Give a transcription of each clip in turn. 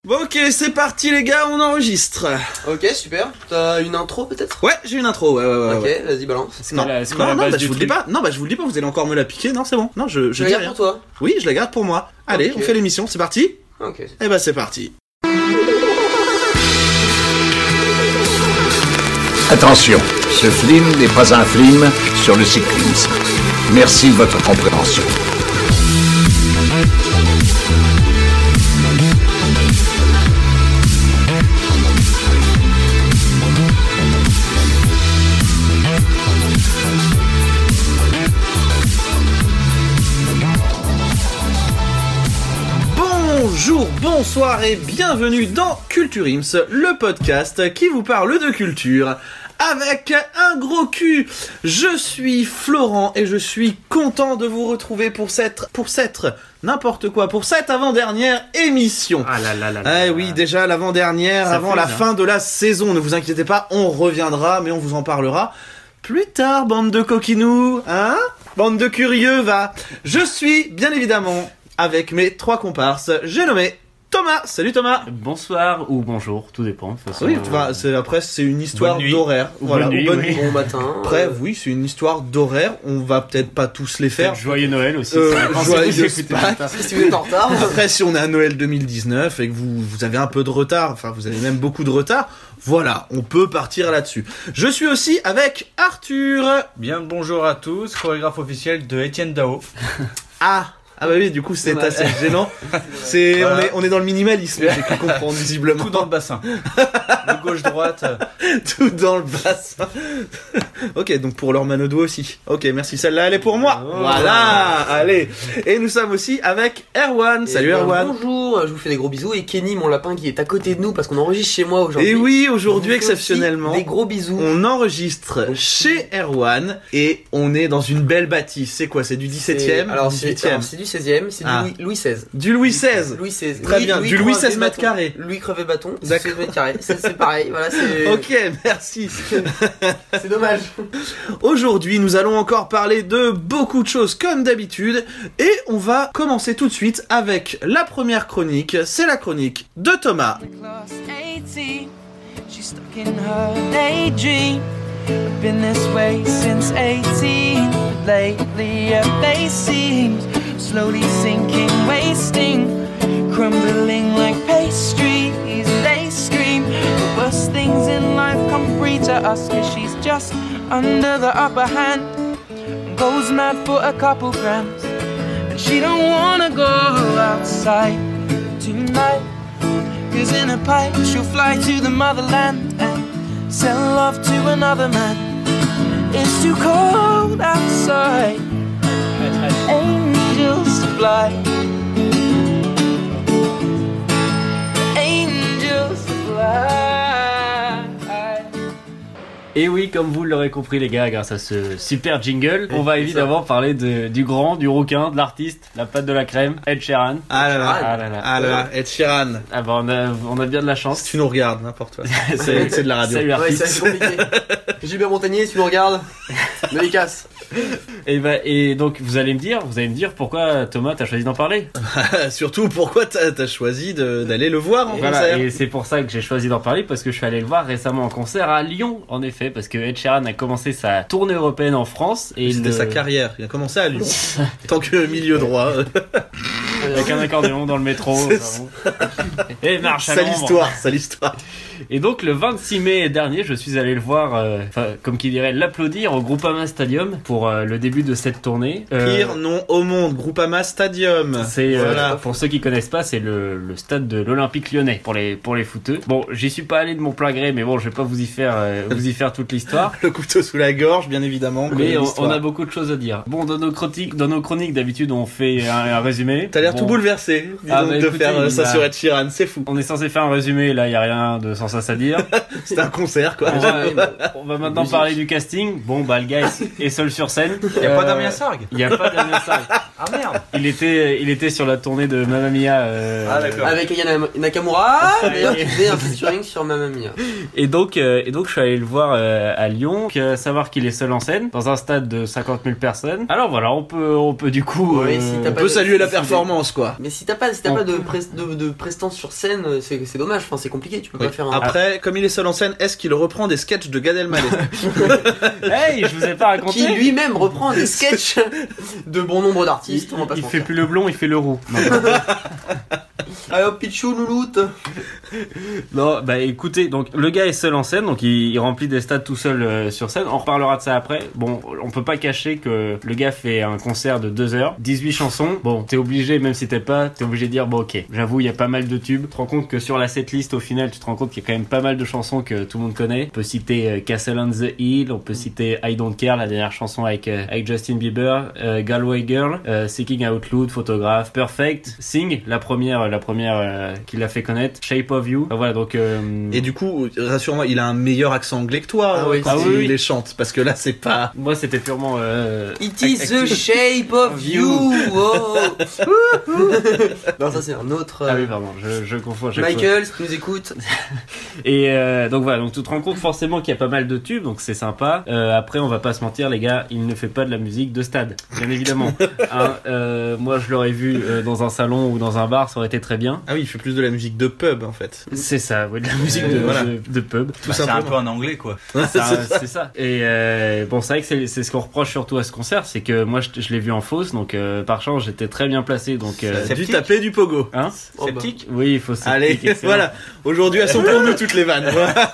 Bon ok, c'est parti les gars, on enregistre. Ok, super. T'as une intro peut-être? Ouais, j'ai une intro, ouais. Ok, vas-y, balance. Non, je vous le dis pas. Non, je vous le dis pas, vous allez encore me la piquer. Non, c'est bon. Non, je Tu dis la gardes rien. pour toi? Oui, je la garde pour moi. Allez, Ok. on fait l'émission, c'est parti? Ok. Eh ben c'est parti. Attention, ce film n'est pas un film sur le cyclisme. Merci de votre compréhension. Bonjour, bonsoir et bienvenue dans Culture Ims, le podcast qui vous parle de culture avec un gros cul. Je suis Florent et je suis content de vous retrouver pour cette avant-dernière émission. Ah là là là là. Eh oui, déjà l'avant-dernière, Ça avant fait, la hein. fin de la saison. Ne vous inquiétez pas, on reviendra, mais on vous en parlera plus tard, bande de coquinous, hein? Bande de curieux, va. Je suis, bien évidemment, avec mes trois comparses. J'ai nommé Thomas. Salut Thomas. Bonsoir ou bonjour, tout dépend. De toute façon, Oui, enfin, après, c'est une histoire bonne nuit. d'horaire. Ou Voilà, bonne nuit, ou bonne oui. nuit. Bon matin. Après, oui, c'est une histoire d'horaire. On va peut-être pas tous les faire. Joyeux Noël aussi. Joyeux Pâques. Si vous êtes en retard. Après, si on est à Noël 2019 et que vous avez un peu de retard, enfin, vous avez même beaucoup de retard, voilà, on peut partir là-dessus. Je suis aussi avec Arthur. Bien le bonjour à tous, chorégraphe officiel de Étienne Dao. Ah bah oui, du coup, c'est Dommage. assez gênant. Voilà. On est dans le minimalisme, j'ai pu comprendre visiblement. Tout dans le bassin. De gauche-droite. Tout dans le bassin. Ok, donc pour leur Manodo aussi. Ok, merci, celle-là, elle est pour moi. Oh. Voilà, allez. Et nous sommes aussi avec Erwan. Salut Et ben, Erwan. Bonjour, je vous fais des gros bisous. Et Kenny, mon lapin qui est à côté de nous parce qu'on enregistre chez moi aujourd'hui. Et oui, Je aujourd'hui, vous fais aussi exceptionnellement, des gros bisous. on enregistre chez Erwan et on est dans une belle bâtisse. C'est quoi? C'est du 17e? Alors, 18e? c'est du 16e, c'est Ah. du Louis XVI. Du Louis XVI. Louis XVI. Très bien, du Louis crevé 16 mètres bâton. carrés. Louis crevé bâton, c'est D'accord. 16 mètres carrés. C'est pareil, voilà, c'est. Ok, merci. C'est dommage. Aujourd'hui, nous allons encore parler de beaucoup de choses comme d'habitude et on va commencer tout de suite avec la première chronique. C'est la chronique de Thomas. Class 18, she's stuck in her daydream. I've been this way since 18. Lately, her face seems slowly sinking, wasting, crumbling like pastries. They scream the worst things in life come free to us, 'cause she's just under the upper hand and goes mad for a couple grams. And she don't wanna go outside tonight, 'cause in a pipe she'll fly to the motherland and sell love to another man. It's too cold outside, angels fly, angels fly. Et oui, comme vous l'aurez compris les gars, grâce à ce super jingle, on va évidemment parler du grand, du rouquin, de l'artiste, la pâte de la crème, Ed Sheeran. Ah là là, Ah là là. ah là là, Ed Sheeran. Ah bah on a bien de la chance. Si tu nous regardes, n'importe quoi. C'est de la radio. Salut Ouais, artiste. c'est compliqué. Gilbert Montagnier, si tu nous regardes, me casse. Et donc vous allez me dire pourquoi Thomas t'as choisi d'en parler. Surtout, pourquoi t'as choisi d'aller le voir en Voilà, concert? et c'est pour ça que j'ai choisi d'en parler, parce que je suis allé le voir récemment en concert à Lyon, en effet, parce que Ed Sheeran a commencé sa tournée européenne en France et C'était sa carrière. Il a commencé à Lyon. Tant que milieu droit. avec un accordéon dans le métro. C'est enfin, bon. Et marche à Sale l'ombre. histoire, sale histoire. Et donc le 26 mai dernier, je suis allé le voir, comme qui dirait, l'applaudir au Groupama Stadium pour le début de cette tournée. Pire nom au monde, Groupama Stadium. C'est Voilà. pour ceux qui connaissent pas, c'est le stade de l'Olympique Lyonnais pour les footeux. Bon, j'y suis pas allé de mon plein gré, mais bon, je vais pas vous y faire toute l'histoire. Le couteau sous la gorge, bien évidemment. Mais connaît on l'histoire. a beaucoup de choses à dire. Bon, dans nos chroniques d'habitude, on fait un résumé. T'as l'air Bon, tout bouleversé, dis Ah, donc, bah, de écoutez, faire il ça m'a- sur Ed Sheeran, c'est fou. On est censé faire un résumé, là, il y a rien de sans ça à dire. C'était un concert, quoi. On va maintenant parler du casting. Bon, bah, le gars est seul sur scène. Y'a pas Damien Sargue. Il y a pas Damien Sargue. Ah merde. Il était sur la tournée de Mamma Mia. Ah, d'accord. Avec Aya Nakamura, d'ailleurs, Ouais. qui faisait un featuring sur Mamma Mia. Et donc, je suis allé le voir à Lyon. À savoir qu'il est seul en scène dans un stade de 50 000 personnes. Alors voilà, on peut du coup. Ouais, si t'as On pas peut de- saluer la si- performance, prestance quoi. Mais si t'as pas de prestance sur scène, c'est dommage, enfin c'est compliqué, tu peux Oui. pas faire un... Après, comme il est seul en scène, est-ce qu'il reprend des sketchs de Gad Elmaleh? Hey, je vous ai pas raconté. Qui lui-même reprend des sketchs de bon nombre d'artistes, on va pas se Il fait mentir. plus le blond, il fait le roux. Non. Allez hop, Pichou, louloute. Non, bah écoutez, donc le gars est seul en scène, donc il remplit des stades tout seul sur scène. On reparlera de ça après. Bon, on peut pas cacher que le gars fait un concert de 2 heures, 18 chansons. Bon, t'es obligé, même si t'es obligé de dire bon ok, j'avoue il y a pas mal de tubes. Tu te rends compte que sur la setlist au final, tu te rends compte qu'il y a quand même pas mal de chansons que tout le monde connaît. On peut citer Castle on the Hill, on peut citer I Don't Care, la dernière chanson avec Justin Bieber, Galway Girl, Seeking Out Loud, Photograph, Perfect, Sing, la première qui l'a fait connaître, Shape of You. Voilà donc. Et du coup, rassure-moi, il a un meilleur accent anglais que toi Ah oui, quand oui, il oui. les chante, parce que là c'est pas. Moi c'était purement. It is the shape of you. Oh. Non, ça c'est un autre. Ah oui pardon, je confonds. à chaque fois. Michael, si tu nous écoutes. Et donc voilà, donc tu te rends compte forcément qu'il y a pas mal de tubes, donc c'est sympa. Après, on va pas se mentir, les gars, il ne fait pas de la musique de stade, bien évidemment. Hein, moi, je l'aurais vu dans un salon ou dans un bar, ça aurait été très bien. Ah oui, il fait plus de la musique de pub en fait. C'est ça, oui, de la musique Voilà. de pub. Tout C'est un simplement. peu en anglais quoi. C'est ça. Et bon, c'est vrai que c'est ce qu'on reproche surtout à ce concert, c'est que moi, je l'ai vu en fausse, donc par chance, j'étais très bien placé, donc. T'as dû Sceptique. taper du pogo. Hein Oh, bah. Sceptique. Oui, il faut. Allez, excellent. voilà. Aujourd'hui, elles sont pour nous toutes les vannes.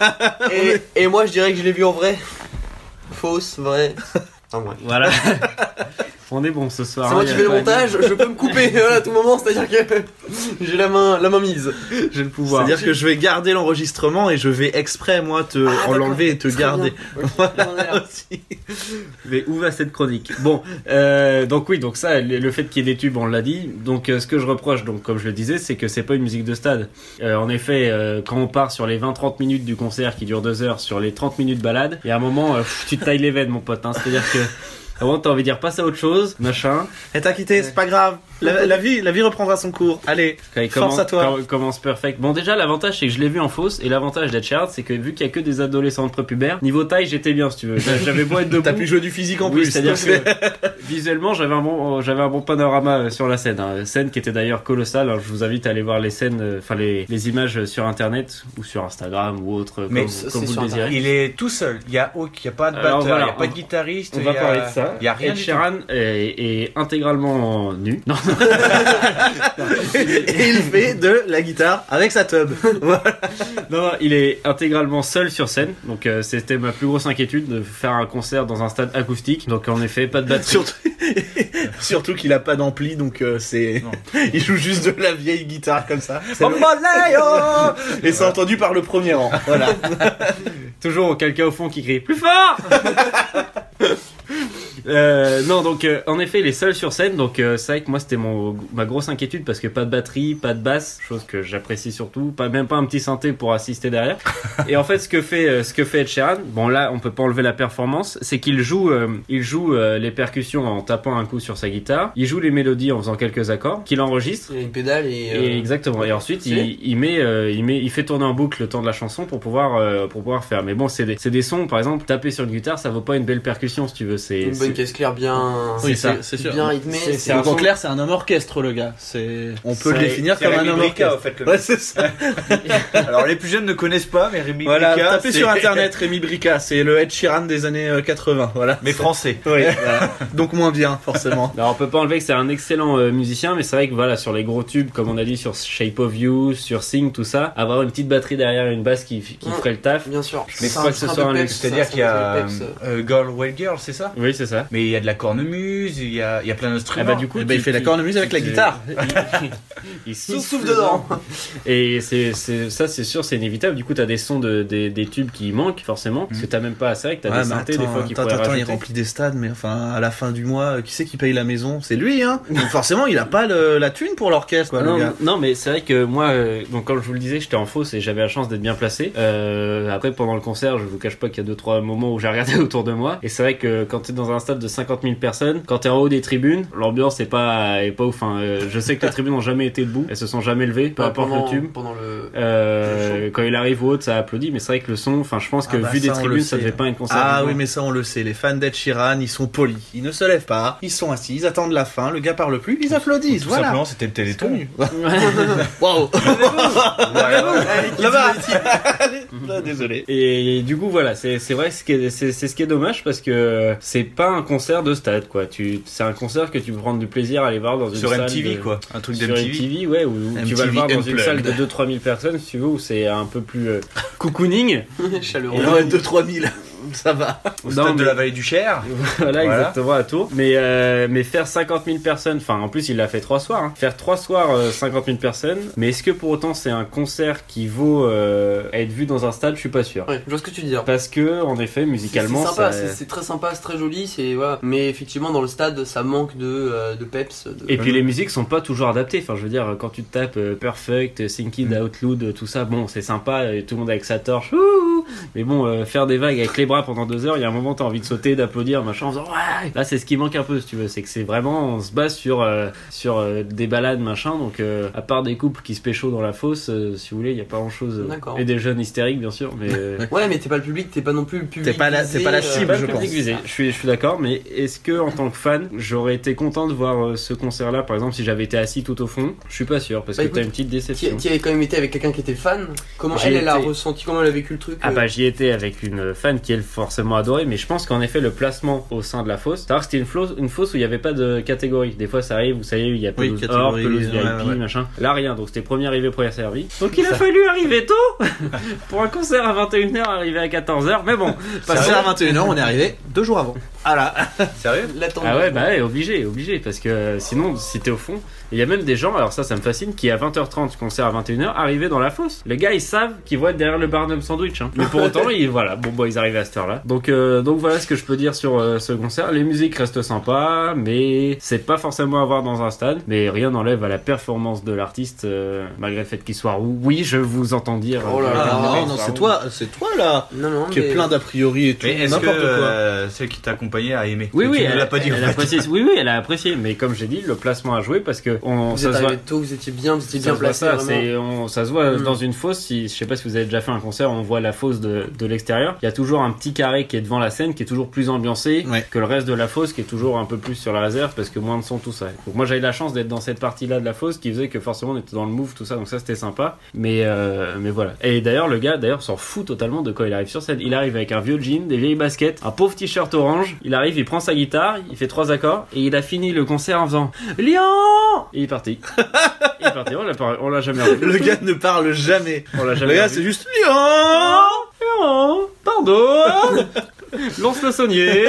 Et moi je dirais que je l'ai vu en vrai. Fausse, vrai. Enfin, bref. Voilà. On est bon ce soir. C'est moi hein, qui y a fais le pas à montage, je peux me couper voilà, à tout moment, c'est-à-dire que j'ai la main mise. dire. J'ai le pouvoir. C'est-à-dire que je vais garder l'enregistrement et je vais exprès moi te d'accord. l'enlever et te Très garder. bien. Voilà On est là. aussi. Mais où va cette chronique? Bon, donc oui, donc ça, le fait qu'il y ait des tubes, on l'a dit. Donc ce que je reproche, donc comme je le disais, c'est que c'est pas une musique de stade. En effet, quand on part sur les 20-30 minutes du concert qui dure 2 heures, sur les 30 minutes balade, il y a un moment, tu te tailles les veines, mon pote. Hein, c'est-à-dire que avant, t'as envie de dire passe à autre chose, machin. Et t'as quitté, c'est pas grave. La vie reprendra son cours. Allez, force à toi. Commence Perfect. Bon, déjà, l'avantage, c'est que je l'ai vu en fausse. Et l'avantage d'Ed Sheeran, c'est que vu qu'il y a que des adolescents prépubères, niveau taille, j'étais bien, si tu veux. J'avais beau être debout. T'as pu jouer du physique en Oui, plus. c'est-à-dire que visuellement, j'avais un bon panorama sur la scène. Hein. Scène qui était d'ailleurs colossale. Hein. Je vous invite à aller voir les scènes, enfin les images sur Internet ou sur Instagram ou autre, Mais comme c'est vous sur le désirez. Il est tout seul. Il y a pas de Alors, batteur, voilà, il y a pas de guitariste. On va il y a- parler de ça. Il y a rien Ed du tout. Sheeran est intégralement nu. Non. Et il fait de la guitare avec sa tub. Voilà. Non, il est intégralement seul sur scène. Donc c'était ma plus grosse inquiétude de faire un concert dans un stade acoustique. Donc en effet, pas de batterie. Surtout qu'il a pas d'ampli, donc c'est. Il joue juste de la vieille guitare comme ça. Oh, Et c'est entendu par le premier rang. Voilà. Toujours quelqu'un au fond qui crie plus fort. Non, donc en effet, il est seul sur scène. Donc c'est vrai que moi c'était ma grosse inquiétude parce que pas de batterie, pas de basse, chose que j'apprécie surtout, même pas un petit synthé pour assister derrière. Et en fait, ce que fait Ed Sheeran, bon là, on peut pas enlever la performance, c'est qu'il joue les percussions en tapant un coup sur sa guitare, il joue les mélodies en faisant quelques accords, qu'il enregistre. Il y a une pédale Et exactement. Et ensuite, il fait tourner en boucle le temps de la chanson pour pouvoir faire. Mais bon, c'est des sons, par exemple, taper sur une guitare, ça vaut pas une belle percussion si tu veux. C'est une bonne caisse claire bien. Oui, ça. c'est sûr. Bien rythmé. C'est un Donc en son- clair, c'est un homme orchestre, le gars. On peut le C'est- définir C'est comme un Rémi homme Bricka, orchestre. au fait, le Ouais, c'est ça. Alors les plus jeunes ne connaissent pas, mais Rémi Voilà, Bricka, tapez c'est- sur internet Rémi Bricka, c'est le Ed Sheeran des années 80. Voilà. Mais français. Oui, voilà. Donc moins bien, forcément. Alors on peut pas enlever que c'est un excellent musicien, mais c'est vrai que voilà, sur les gros tubes, comme on a dit sur Shape of You, sur Sing, tout ça, avoir une petite batterie derrière et une basse qui ferait le taf. Bien sûr. Mais C'est faut pas un que ce train soit de un peps, luxe. C'est-à-dire ça, qu'il y a ça fait peps. Galway Girl, c'est ça? Oui, c'est ça. Mais il y a de la cornemuse, il y a plein Ah d'instruments. bah du coup, Eh ben, il fait la cornemuse avec la guitare. Il Il souffle dedans. Et c'est sûr, c'est inévitable. Du coup, t'as des sons des tubes qui manquent forcément, parce que t'as même pas assez avec, t'as Ouais, des mais synthés des fois qui pourraient il rajouter. remplit des stades, mais enfin, à la fin du mois, qui c'est qui paye la maison? C'est lui, hein. Donc forcément, il a pas la thune pour l'orchestre, quoi, non, le gars. non, mais c'est vrai que moi, donc comme je vous le disais, j'étais en fausse et j'avais la chance d'être bien placé. Après, pendant le concert, je vous cache pas qu'il y a 2-3 moments où j'ai regardé autour de moi. Et c'est vrai que quand t'es dans un stade stade de 50 000 personnes, quand t'es en haut des tribunes, l'ambiance est pas ouf. Hein. Je sais que les tribunes n'ont jamais été debout, elles se sont jamais levées, peu importe le tube. Pendant le quand il arrive ou autre, ça applaudit, mais c'est vrai que le son, je pense que vu des tribunes, ça devait pas être concert. Ah oui, mais ça on le sait, les fans d'Ed Sheeran, ils sont polis, ils ne se lèvent pas, ils sont assis, ils attendent la fin, le gars parle plus, ils applaudissent, Tout voilà. simplement, c'était le Téléthon. Waouh. Là-bas. Désolé. Et du coup voilà, c'est vrai c'est ce qui est dommage parce que c'est pas un concert de stade quoi. C'est un concert que tu peux prendre du plaisir à aller voir dans une Sur salle MTV quoi, un truc sur d'MTV. MTV ouais, où tu vas le voir dans une Unplugged. salle de 2-3 000 personnes si tu veux, où c'est un peu plus cocooning. chaleureux. On va être 2-3 000. Ça va. Au stade de la Vallée du Cher. Voilà, exactement, à Tours. Mais faire 50 000 personnes, en plus il l'a fait 3 soirs, hein. Faire 3 soirs 50 000 personnes, mais est-ce que pour autant c'est un concert qui vaut être vu dans un stade? Je suis pas sûr. Ouais, je vois ce que tu dis. Parce que, en effet, musicalement, c'est sympa, ça... c'est très sympa, c'est très joli, voilà. Mais effectivement, dans le stade, ça manque de peps. Et puis les musiques sont pas toujours adaptées. Je veux dire, quand tu te tapes Perfect, Thinking Out Loud, tout ça, bon, c'est sympa, tout le monde avec sa torche, mais bon, faire des vagues avec les bras pendant 2 heures, il y a un moment t'as envie de sauter, d'applaudir, machin, en faisant ouais. Là, c'est ce qui manque un peu, si tu veux, c'est que c'est vraiment, on se base sur des balades, machin. Donc, à part des couples qui se pécho dans la fosse, si vous voulez, il y a pas grand chose. D'accord. Et des jeunes hystériques, bien sûr, mais. Ouais, mais t'es pas le public, t'es pas non plus le public. T'es pas la cible, je pense. Visé. Je suis d'accord, mais est-ce que en tant que fan, j'aurais été content de voir ce concert-là, par exemple, si j'avais été assis tout au fond? Je suis pas sûr, parce que écoute, t'as une petite déception. Tu avais quand même été avec quelqu'un qui était fan. Comment elle a ressenti, comment elle a vécu le truc? Ah bah j'y étais avec une fan qui elle forcément adoré, mais je pense qu'en effet le placement au sein de la fosse, c'est-à-dire que c'était une fosse où il n'y avait pas de catégorie. Des fois ça arrive, vous savez, il y a pelouse or, pelouse VIP, machin. Là rien, donc c'était premier arrivé, premier servi. Donc il a fallu arriver tôt pour un concert à 21h, arriver à 14h, mais bon. Passer à 21h, on est arrivé 2 jours avant. Ah là. Sérieux? Ah ouais, bah ouais, obligé, parce que sinon si t'es au fond, il y a même des gens, alors ça me fascine, qui à 20h30, concert à 21h, arrivaient dans la fosse. Les gars ils savent qu'ils vont être derrière le Barnum Sandwich, hein. Mais pour autant, ils arrivent à cette heure-là. Donc voilà ce que je peux dire sur ce concert. Les musiques restent sympas, mais c'est pas forcément à voir dans un stade. Mais rien n'enlève à la performance de l'artiste, malgré le fait qu'il soit roux. Oui, je vous entends dire. Oh là là. Non, c'est toi là. Non, qui est plein d'a priori et tout. Mais est-ce n'importe que celle qui t'a accompagné a aimé? Oui, Tu ne l'as pas dit. Elle a apprécié. Oui, elle a apprécié. Mais comme j'ai dit, le placement a joué parce que vous êtes arrivé tôt, vous étiez bien placé. Ça se voit dans une fosse. Je sais pas si vous avez déjà fait un concert, on voit la fosse de l'extérieur. Il y a toujours un petit carré qui est devant la scène, qui est toujours plus ambiancé que le reste de la fosse, qui est toujours un peu plus sur la réserve parce que moins de son, tout ça. Donc moi j'avais la chance d'être dans cette partie-là de la fosse qui faisait que forcément on était dans le move, tout ça. Donc ça c'était sympa. Mais voilà. Et d'ailleurs le gars s'en fout totalement de quand il arrive sur scène. Il arrive avec un vieux jean, des vieilles baskets, un pauvre t-shirt orange. Il arrive, il prend sa guitare, il fait 3 accords et il a fini le concert en faisant Lyon. Et il est parti. On l'a jamais revu. Le gars ne parle jamais. On l'a jamais Le gars revu. c'est juste Lyon. Pardon. Lons-le-Saunier.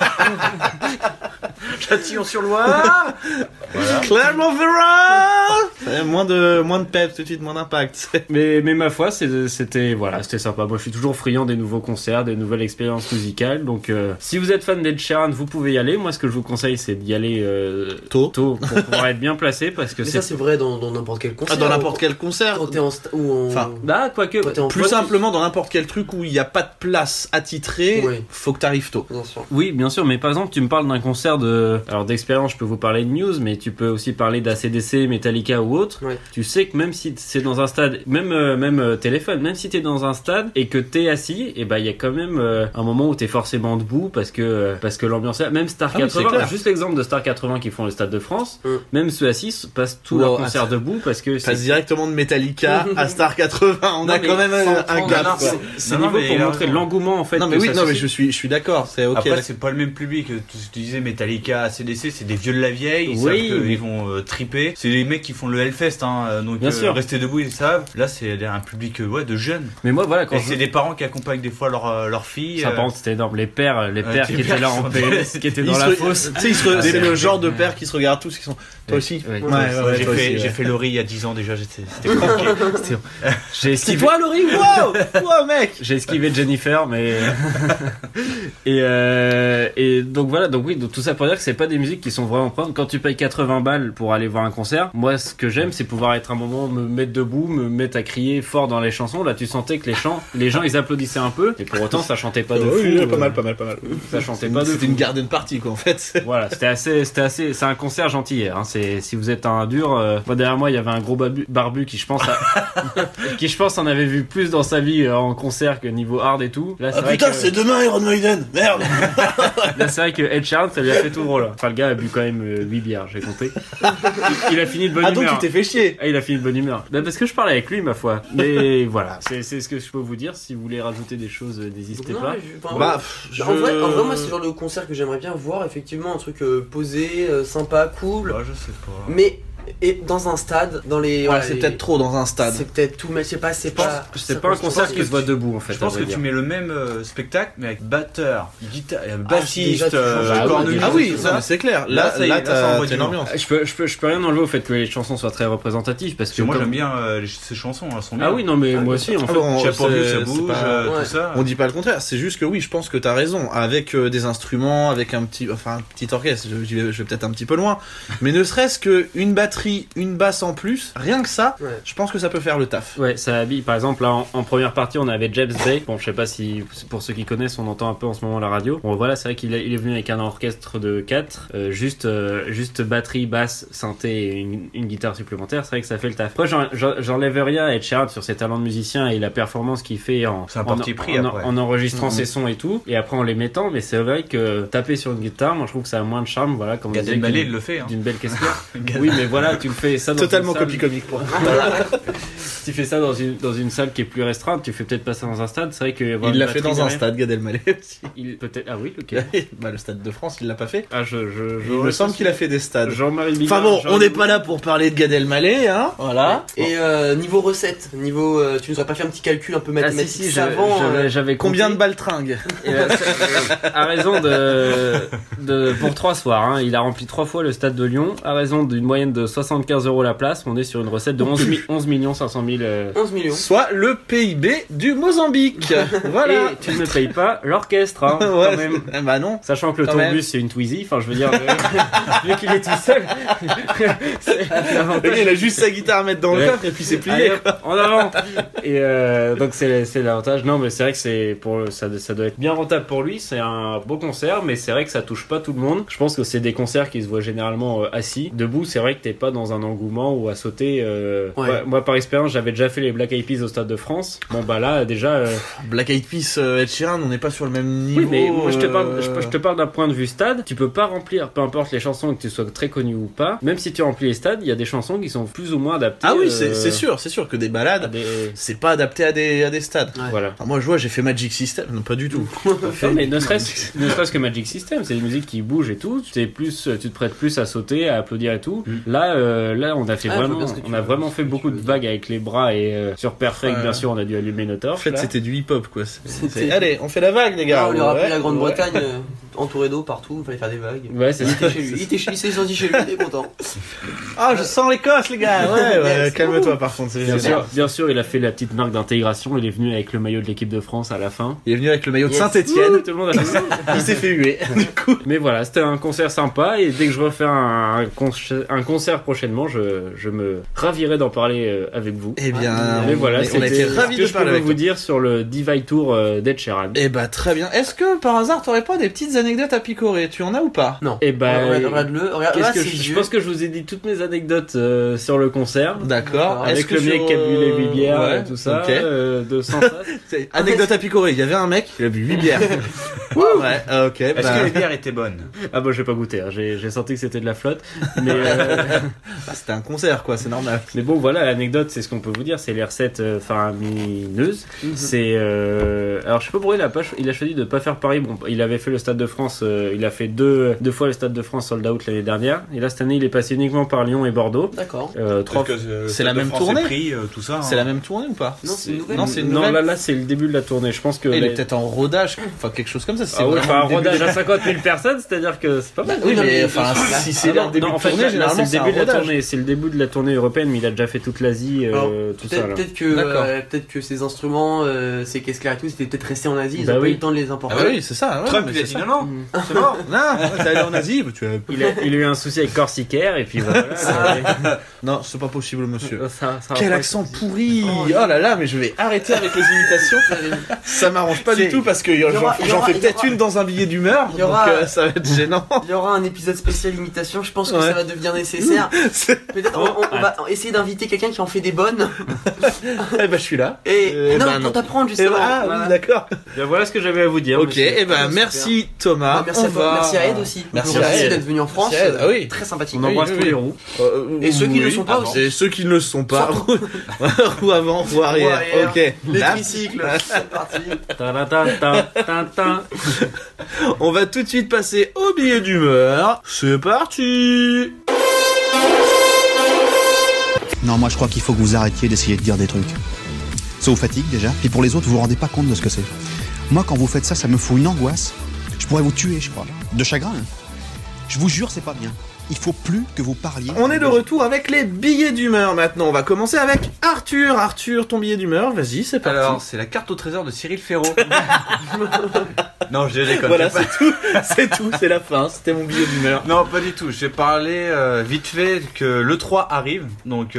Châtillon-sur-Loire. Voilà. Clermont-Ferrand. Moins de peps tout de suite, moins d'impact. Mais ma foi, c'était sympa. Moi, je suis toujours friand des nouveaux concerts, des nouvelles expériences musicales. Donc, si vous êtes fan d'Ed Sheeran, vous pouvez y aller. Moi, ce que je vous conseille, c'est d'y aller tôt pour pouvoir être bien placé, parce que ça, c'est vrai dans n'importe quel concert. Dans n'importe quel concert. Quand t'es Plus simplement dans n'importe quel truc où il n'y a pas de place attitrée, faut que t'arrives tôt. Bien sûr. Oui, bien sûr, mais par exemple, tu me parles d'un concert alors d'expérience, je peux vous parler de Muse, mais tu peux aussi parler d'ACDC, Metallica ou autre. Ouais. Tu sais que même si c'est dans un stade, même téléphone, même si t'es dans un stade et que t'es assis, et il y a quand même un moment où t'es forcément debout parce que l'ambiance est là. Même Star 80, juste l'exemple de Star 80 qui font le Stade de France, même ceux assis passent tout leur concert debout parce que passe directement de Metallica à Star 80. On a quand même un gap. C'est niveau pour montrer l'engouement en fait. Non mais je suis d'accord. C'est ok. Après c'est pas le même public. Tu disais Metallica, ACDC, c'est des vieux de la vieille. Ils savent qu'ils vont triper. C'est les mecs qui font le Hellfest, hein. Donc rester debout, ils savent. Là c'est un public de jeunes. Mais moi voilà, c'est des parents qui accompagnent des fois leurs filles. Ça par contre c'était énorme. Les pères qui étaient là en PS, qui étaient dans la fosse. Tu sais, c'est le genre de pères qui se regardent tous, qui sont. Toi aussi. J'ai fait Laurie il y a 10 ans déjà. C'était compliqué. C'est toi Laurie. Wow mec. J'ai esquivé Jennifer, mais et donc voilà. Donc oui, donc tout ça pour dire que c'est pas des musiques qui sont vraiment prenantes. Quand tu payes 80 balles pour aller voir un concert, moi ce que que j'aime, c'est pouvoir être un moment, me mettre debout, me mettre à crier fort dans les chansons. Là, tu sentais que les gens, ils applaudissaient un peu, et pour autant, ça chantait pas de fou. Oui, pas mal. Ça chantait pas de fou. C'était une garden party, quoi, en fait. Voilà, c'était assez, c'est un concert gentil hier, hein. Si vous êtes un dur, moi derrière moi, il y avait un gros barbu qui, je pense, en avait vu plus dans sa vie en concert que niveau hard et tout. Là, c'est vrai putain, que... c'est demain Iron Maiden, merde. Là, c'est vrai que Ed Sheeran, ça lui a fait tout drôle. Enfin, le gars a bu quand même 8 bières, j'ai compté. Il a fini de bonne humeur. Ah, donc il t'est fait chier. Ah, il a fini de bonne humeur. Bah, parce que je parle avec lui, ma foi. Mais voilà, c'est ce que je peux vous dire. Si vous voulez rajouter des choses, n'hésitez pas. En vrai, moi, c'est le genre de concert que j'aimerais bien voir. Effectivement, un truc posé, sympa, cool. Je sais pas. Mais et dans un stade, dans les. Ouais, c'est peut-être trop dans un stade. C'est peut-être tout, mais je sais pas, c'est pas. C'est pas un concert qui se voit debout en fait. Je pense que tu mets le même spectacle, mais avec batteur, guitare, bassiste, cornemuse. Ah oui, ça, c'est clair. Là, t'as une ambiance. Je peux rien enlever au fait que les chansons soient très représentatives parce que moi j'aime bien ces chansons, elles sont bien. Ah oui, non mais moi aussi en fait. Ça bouge, tout ça. On dit pas le contraire, c'est juste que oui, je pense que t'as raison. Avec des instruments, avec un petit orchestre, je vais peut-être un petit peu loin, mais ne serait-ce qu'une batterie, une basse en plus, rien que ça, je pense que ça peut faire le taf. Ouais, ça habille. Par exemple, là, en première partie, on avait James Bay. Bon, je sais pas si, pour ceux qui connaissent, on entend un peu en ce moment la radio. Bon, voilà, c'est vrai qu'il est venu avec un orchestre de 4, juste batterie, basse, synthé et une guitare supplémentaire. C'est vrai que ça fait le taf. Après, j'enlève rien à Ed Sheeran sur ses talents de musicien et la performance qu'il fait en enregistrant ses sons et tout, et après en les mettant. Mais c'est vrai que taper sur une guitare, moi je trouve que ça a moins de charme. Voilà, comme Gad Elmaleh le fait. D'une belle caisse-claire. Oui, mais voilà, tu le fais ça dans totalement une salle... copie comique pour tu fais ça dans une salle qui est plus restreinte, tu fais peut-être pas ça dans un stade. C'est vrai que il l'a fait dans un stade, Gad Elmaleh aussi. Peut-être. Ah oui, ok. Le stade de France, il l'a pas fait. Ah, il me semble qu'il a fait des stades. Jean-Marie Bigard. Enfin bon, on n'est pas là pour parler de Gad Elmaleh, hein. Voilà. Et niveau recette, tu nous aurais pas fait un petit calcul un peu mathématique avant. J'avais combien de baltringues. À raison de pour 3 soirs, hein. Il a rempli 3 fois le stade de Lyon. À raison d'une moyenne de 75 € la place, on est sur une recette de 11 500 000. 11 millions. Soit le PIB du Mozambique. Voilà. Et tu ne payes pas l'orchestre, hein, ouais, quand même. Bah non. Sachant que le tourbus c'est une Twizy, enfin je veux dire, vu qu'il est tout seul. Il a juste sa guitare à mettre dans le coffre et puis c'est plié. Allez, en avant. Et donc c'est l'avantage. Non mais c'est vrai que ça doit être bien rentable pour lui. C'est un beau concert, mais c'est vrai que ça touche pas tout le monde. Je pense que c'est des concerts qui se voient généralement assis. Debout, c'est vrai que t'es pas dans un engouement ou à sauter. Moi par expérience, j'avais déjà fait les Black Eyed Peas au Stade de France. Bon bah là déjà. Black Eyed Peas, Ed Sheeran, on n'est pas sur le même niveau. Oui, mais moi je te parle d'un point de vue stade. Tu peux pas remplir, peu importe les chansons, que tu sois très connu ou pas. Même si tu remplis les stades, il y a des chansons qui sont plus ou moins adaptées. Ah oui, c'est sûr que des balades, c'est pas adapté à des stades. Ouais. Voilà. Enfin, moi je vois, j'ai fait Magic System, non pas du tout. Non, mais ne serait-ce que Magic System, c'est des musiques qui bougent et tout. Tu te prêtes plus à sauter, à applaudir et tout. Là, on a fait vraiment fait beaucoup de vagues avec les bras et sur Perfect, bien sûr, on a dû allumer nos torches. En fait, c'était du hip-hop quoi. Allez, on fait la vague les gars. On lui rappelle la Grande-Bretagne entouré d'eau partout, il fallait faire des vagues. Ouais, c'est ça. Il s'est senti chez lui, il est content. Ah, je sens l'Écosse les gars. Ouais, calme-toi par contre. Bien sûr, il a fait la petite marque d'intégration. Il est venu avec le maillot de l'équipe de France à la fin. Il est venu avec le maillot de Saint-Etienne. Tout le monde a fait ça. Il s'est fait huer. Du coup. Mais voilà, c'était un concert sympa et dès que je refais un concert prochainement, je me ravirai d'en parler avec vous. Eh bien, mais voilà, on a été ravis de parler avec vous dire sur le Divide Tour d'Ed Sheeran. Eh bah très bien. Est-ce que par hasard t'aurais pas des petites anecdotes à picorer? Tu en as ou pas? Non. Eh bah, regarde-le. Je pense que je vous ai dit toutes mes anecdotes sur le concert. D'accord. Avec le mec qui a bu les 8 bières et tout ça. Okay. De sans face. Anecdote à picorer. Il y avait un mec, il a bu 8 bières. Ouais, ok. Est-ce que les bières étaient bonnes? Ah bah j'ai pas goûté. Hein. J'ai senti que c'était de la flotte. Mais c'était un concert quoi, c'est normal. Mais bon voilà, l'anecdote c'est ce qu'on peut vous dire, c'est les recettes faramineuses. C'est alors je sais pas pourquoi il a choisi de pas faire Paris. Bon, il avait fait le Stade de France, il a fait deux fois le Stade de France sold out l'année dernière. Et là cette année il est passé uniquement par Lyon et Bordeaux. D'accord. C'est la même tournée. Tout ça. C'est la même tournée ou pas? Non, c'est une nouvelle. Non, c'est une nouvelle. Non, là c'est le début de la tournée. Je pense que il est peut-être en rodage, enfin quelque chose comme ça. Ah ouais, enfin un rodage à 50 000 personnes, c'est-à-dire que c'est pas mal. Oui, mais enfin si c'est le début de la tournée, généralement c'est le début de la tournée. C'est le début de la tournée européenne, mais il a déjà fait toute l'Asie, tout ça. Peut-être que ces instruments, ces caisses claires et tout, c'était peut-être resté en Asie. Ils ont pas eu le temps de les importer. Ah oui, c'est ça. Trump il a dit non, c'est mort. Non, t'es allé en Asie, il a eu un souci avec Corsicaire et puis voilà. Non, c'est pas possible, monsieur. Ça Quel accent pourri! Oh là là, mais je vais arrêter avec les imitations. Ça m'arrange pas du tout parce que j'en fais peut-être une dans un billet d'humeur, donc ça va être gênant. Il y aura un épisode spécial imitation, je pense que ça va devenir nécessaire. Peut-être on va essayer d'inviter quelqu'un qui en fait des bonnes. Eh ben je suis là. Pour t'apprendre justement. Oui, d'accord. Bien, voilà ce que j'avais à vous dire. Ok, merci Thomas. Merci à toi, merci à Ed aussi. Merci à Ed d'être venu en France. Oui. Très sympathique. On embrasse tous les roues. Et ceux qui ne le sont pas aussi. Et ceux qui ne le sont pas. Roue avant, roue arrière. Ok. Les tricycles, c'est parti. On va tout de suite passer au billet d'humeur. C'est parti. Non, moi je crois qu'il faut que vous arrêtiez d'essayer de dire des trucs. Ça vous fatigue déjà, puis pour les autres, vous vous rendez pas compte de ce que c'est. Moi, quand vous faites ça, ça me fout une angoisse. Je pourrais vous tuer, je crois. De chagrin. Hein. Je vous jure, c'est pas bien. Il faut plus que vous parliez. On est de retour avec les billets d'humeur maintenant. On va commencer avec Arthur. Arthur, ton billet d'humeur, vas-y, c'est parti. Alors, c'est la carte au trésor de Cyril Ferraud. Non, je déconne. Voilà, c'est tout, c'est la fin. C'était mon billet d'humeur. Non, pas du tout. J'ai parlé vite fait que l'E3 arrive. Donc,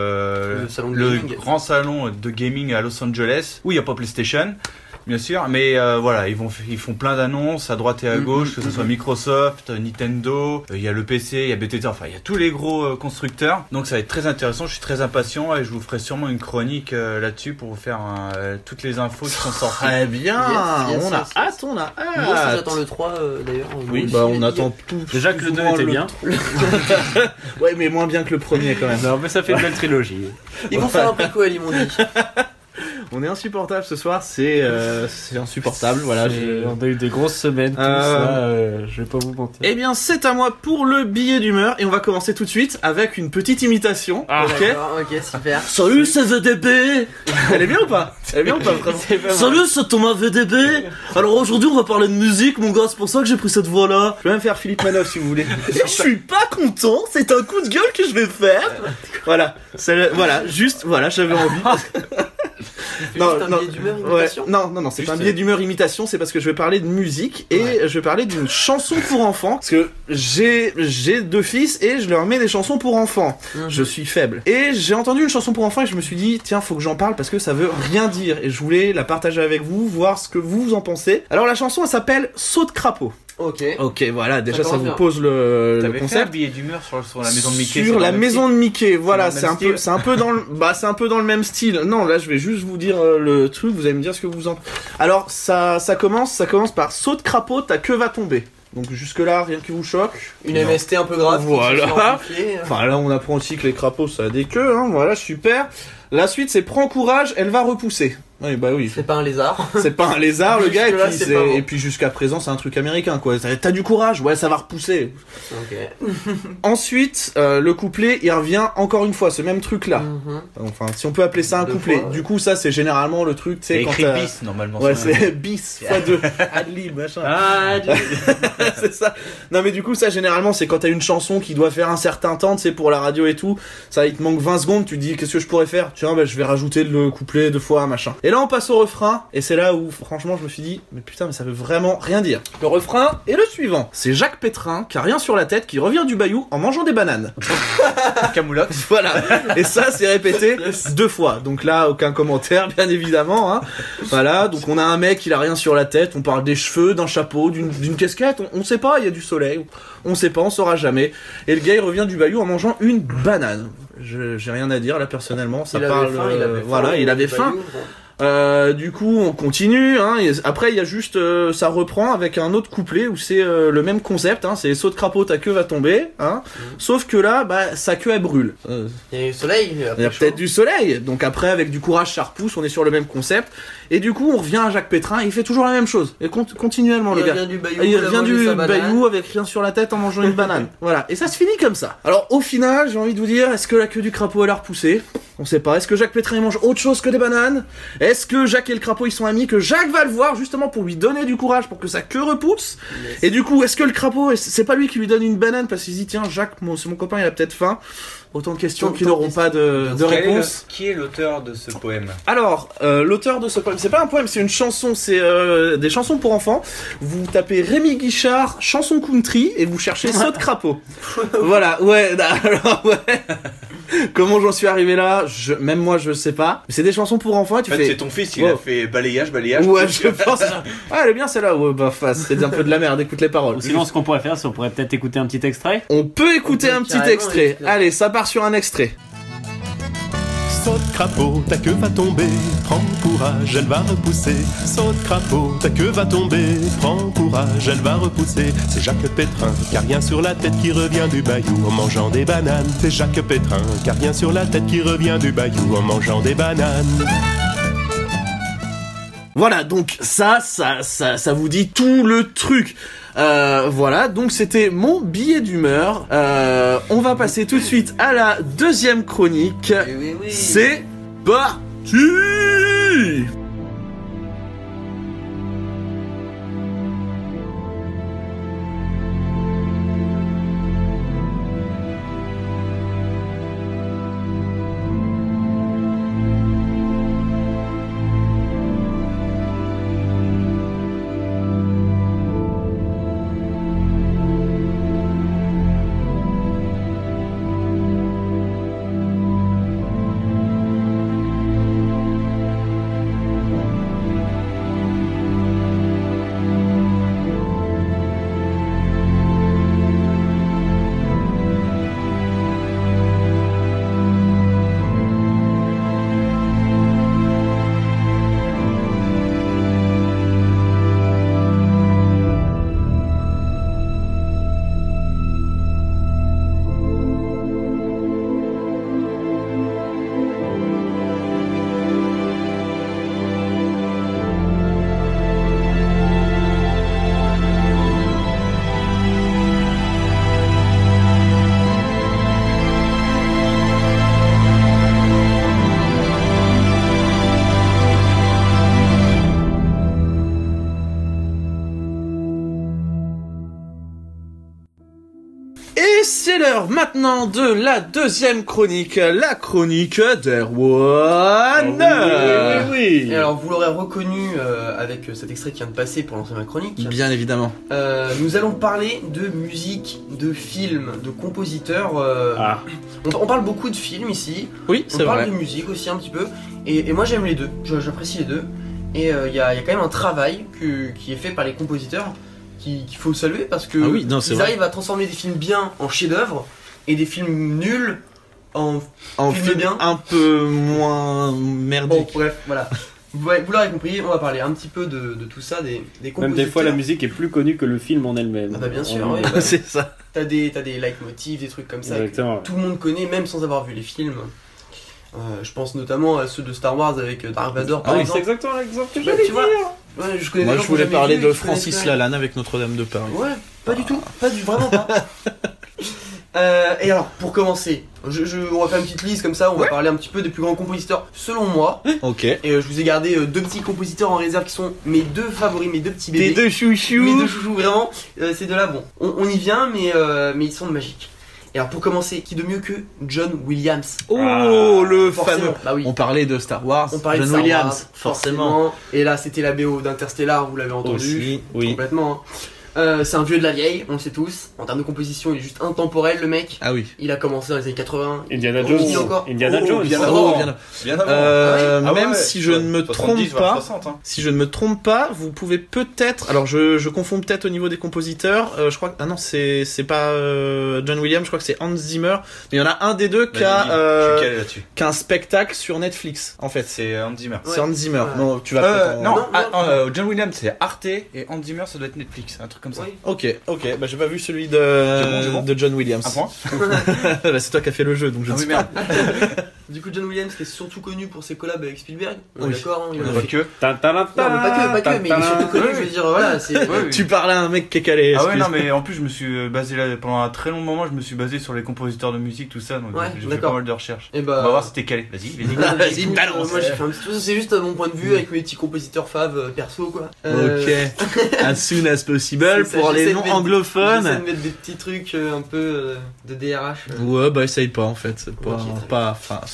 le grand salon de gaming à Los Angeles, où il n'y a pas PlayStation. Bien sûr, mais voilà, ils font plein d'annonces à droite et à gauche, que ce soit Microsoft, Nintendo, il y a le PC, il y a Bethesda, enfin il y a tous les gros constructeurs. Donc ça va être très intéressant, je suis très impatient et je vous ferai sûrement une chronique là-dessus pour vous faire toutes les infos qui sont sorties. Très bien, on a hâte. Moi aussi j'attends le 3 d'ailleurs. Oui, bah on attend tout. Déjà que le 2 était bien. Ouais, mais moins bien que le premier quand même. Non, mais ça fait une belle trilogie. Ils vont faire un préquel, ils m'ont dit. On est insupportable ce soir, c'est insupportable, voilà. On a eu des grosses semaines, tout ça, je vais pas vous mentir. Eh bien, c'est à moi pour le billet d'humeur, et on va commencer tout de suite avec une petite imitation, Ok, super. Salut, c'est VDB. Elle est bien ou pas vraiment? Salut, c'est Thomas VDB. Alors aujourd'hui, on va parler de musique, mon gars, c'est pour ça que j'ai pris cette voix-là. Je vais même faire Philippe Manoff si vous voulez. Et je suis pas content, c'est un coup de gueule que je vais faire. Voilà, j'avais envie. Billet d'humeur imitation. Non, c'est pas un billet d'humeur imitation, c'est parce que je vais parler de musique et je vais parler d'une chanson pour enfants. Parce que j'ai 2 fils et je leur mets des chansons pour enfants. Je suis faible. Et j'ai entendu une chanson pour enfants et je me suis dit, tiens, faut que j'en parle parce que ça veut rien dire. Et je voulais la partager avec vous, voir ce que vous en pensez. Alors la chanson, elle s'appelle Saut de crapaud. Ok, voilà, déjà ça vous pose le concept. Fait un billet d'humeur sur la maison de Mickey. Sur la maison de Mickey, voilà, c'est un peu dans le même style. Non, là je vais juste vous dire le truc, vous allez me dire ce que vous en. Alors ça commence par saut de crapaud, ta queue va tomber. Donc jusque là, rien qui vous choque. Une MST un peu grave. Voilà. Enfin là, on apprend aussi que les crapauds ça a des queues, hein. Voilà, super. La suite, c'est prends courage, elle va repousser. Oui, bah oui. C'est pas un lézard. C'est pas un lézard, le gars, et puis jusqu'à présent, c'est un truc américain, quoi. T'as du courage, ouais, ça va repousser. Ok. Ensuite, le couplet, il revient encore une fois, ce même truc-là. Enfin, si on peut appeler ça un couplet. Fois, ouais. Du coup, ça, c'est généralement le truc, tu sais, quand écrit bis, normalement. Ouais, c'est bis, x2. Adlib, machin. C'est ça. Non, mais du coup, ça, généralement, c'est quand t'as une chanson qui doit faire un certain temps, tu sais, pour la radio et tout. Ça, il te manque 20 secondes, tu te dis, qu'est-ce que je pourrais faire? Tiens, bah, je vais rajouter le couplet 2 fois, machin. Et là, on passe au refrain, et c'est là où, franchement, je me suis dit, mais putain, mais ça veut vraiment rien dire. Le refrain est le suivant. C'est Jacques Pétrin, qui a rien sur la tête, qui revient du Bayou en mangeant des bananes. Camoulox. Voilà. Et ça, c'est répété 2 fois. Donc là, aucun commentaire, bien évidemment, hein. Voilà. Donc on a un mec, il a rien sur la tête, on parle des cheveux, d'un chapeau, d'une casquette, on sait pas, il y a du soleil, on sait pas, on saura jamais. Et le gars, il revient du Bayou en mangeant une banane. J'ai rien à dire là personnellement, ça parle. Il avait faim. Du coup, on continue. Hein, et après, il y a juste, ça reprend avec un autre couplet où c'est le même concept. Hein, c'est saut de crapaud, ta queue va tomber. Hein, sauf que là, bah, sa queue elle brûle. Il y a du soleil. Il y a peut-être du soleil. Donc après, avec du courage, ça repousse. On est sur le même concept. Et du coup, on revient à Jacques Pétrin. Et il fait toujours la même chose. Et continuellement, le gars. Il revient du Bayou avec rien sur la tête en mangeant une banane. Voilà. Et ça se finit comme ça. Alors, au final, j'ai envie de vous dire, est-ce que la queue du crapaud elle a repoussé? On sait pas. Est-ce que Jacques Pétrin il mange autre chose que des bananes? Est-ce que Jacques et le crapaud ils sont amis, que Jacques va le voir justement pour lui donner du courage pour que sa queue repousse? Et du coup, est-ce que le crapaud, c'est pas lui qui lui donne une banane parce qu'il se dit tiens Jacques, c'est mon copain, il a peut-être faim? Autant de questions qui n'auront pas de réponse. Qui est l'auteur de ce poème? Alors, l'auteur de ce poème, c'est pas un poème, c'est une chanson, c'est des chansons pour enfants. Vous tapez Rémi Guichard, chanson country, et vous cherchez saut de crapaud. Voilà, ouais, alors ouais. Comment j'en suis arrivé là, même moi je sais pas. Mais c'est des chansons pour enfants et tu en fait, fais... c'est ton fils, il a fait balayage. Ouais, je pense. Ah, elle est bien celle-là. Ouais, bah, c'est un peu de la merde, écoute les paroles. Sinon, ce qu'on pourrait faire, c'est on pourrait peut-être écouter un petit extrait. On peut écouter un petit extrait. Allez, ça part sur un extrait. Saute crapaud, ta queue va tomber, prends courage, elle va repousser. Saute crapaud, ta queue va tomber, prends courage, elle va repousser. C'est Jacques Pétrin, qui a rien sur la tête, qui revient du bayou en mangeant des bananes. C'est Jacques Pétrin, qui a rien sur la tête, qui revient du bayou en mangeant des bananes. Voilà, donc ça vous dit tout le truc. Voilà, donc c'était mon billet d'humeur. On va passer tout de suite à la deuxième chronique. Oui. C'est parti. C'est l'heure maintenant de la deuxième chronique, la chronique d'Erwan. Oui. Et alors vous l'aurez reconnu avec cet extrait qui vient de passer pour lancer ma chronique. Bien évidemment. Nous allons parler de musique, de films, de compositeurs. On parle beaucoup de films ici. Oui, c'est vrai. On parle de musique aussi un petit peu. Et moi j'aime les deux, j'apprécie les deux. Et il y a quand même un travail qui est fait par les compositeurs qu'il faut saluer parce que ils arrivent à transformer des films bien en chefs-d'œuvre et des films nuls en films bien. Un peu moins merdique. Bon, bref, voilà. Vous l'aurez compris, on va parler un petit peu de tout ça, des compositeurs. Même des fois, la musique est plus connue que le film en elle-même. Ah bah bien sûr, oui. C'est ça. T'as des leitmotifs, des trucs comme ça Exactement. que tout le monde connaît, même sans avoir vu les films. Je pense notamment à ceux de Star Wars avec Dark Vador par exemple. C'est exactement l'exemple que j'allais dire. Ouais, moi je voulais parler de Francis Lalanne avec Notre-Dame de Paris. Ouais, pas du tout, vraiment pas. Et alors, pour commencer, on va faire une petite liste comme ça, on va parler un petit peu des plus grands compositeurs selon moi. Ok. Et je vous ai gardé deux petits compositeurs en réserve qui sont mes deux favoris, mes deux petits bébés. Tes deux chouchous. Mes deux chouchous, vraiment. Ces deux-là, bon, on y vient, mais ils sont magiques. Et alors pour commencer, qui de mieux que John Williams? Le forcément. fameux. Bah oui. On parlait de Star Wars. On parlait John de Star Williams, Wars, forcément. Et là, c'était la BO d'Interstellar, vous l'avez entendu. Aussi, oui. Complètement. C'est un vieux de la vieille, on le sait tous. En termes de composition, il est juste intemporel, le mec. Ah oui. Il a commencé dans les années 80. Indiana Jones. Bien avant. Même si je ne me trompe pas, 60, hein. si je ne me trompe pas, vous pouvez peut-être. Alors je confonds peut-être au niveau des compositeurs. Je crois que non, c'est pas John Williams. Je crois que c'est Hans Zimmer. Mais il y en a un des deux qui a un spectacle sur Netflix. En fait, c'est Hans Zimmer. C'est Hans Zimmer. Non, tu vas. John Williams c'est Arte et Hans Zimmer ça doit être Netflix, un truc comme ça. Oui. Ok. Bah j'ai pas vu celui de John Williams. Un point. Bah, c'est toi qui as fait le jeu, donc je ne sais pas. Du coup, John Williams qui est surtout connu pour ses collabs avec Spielberg. Oui. D'accord, hein, il pas a fait que. Non, mais pas que, mais il est surtout connu. Je veux dire, voilà, c'est. Tu parles à un mec qui est calé. Ah ouais, non, mais en plus, je me suis basé là pendant un très long moment. Je me suis basé sur les compositeurs de musique, tout ça. Donc j'ai fait pas mal de recherches. Et bah, on va voir si t'es calé. Vas-y, balance. Moi, j'ai fait un petit tout ça. C'est juste mon point de vue avec mes petits compositeurs fav perso, quoi. Ok. As soon as possible pour les non anglophones. J'essaie de mettre des petits trucs un peu de DRH. Ouais, bah essaye pas en fait. C'est pas. Enfin,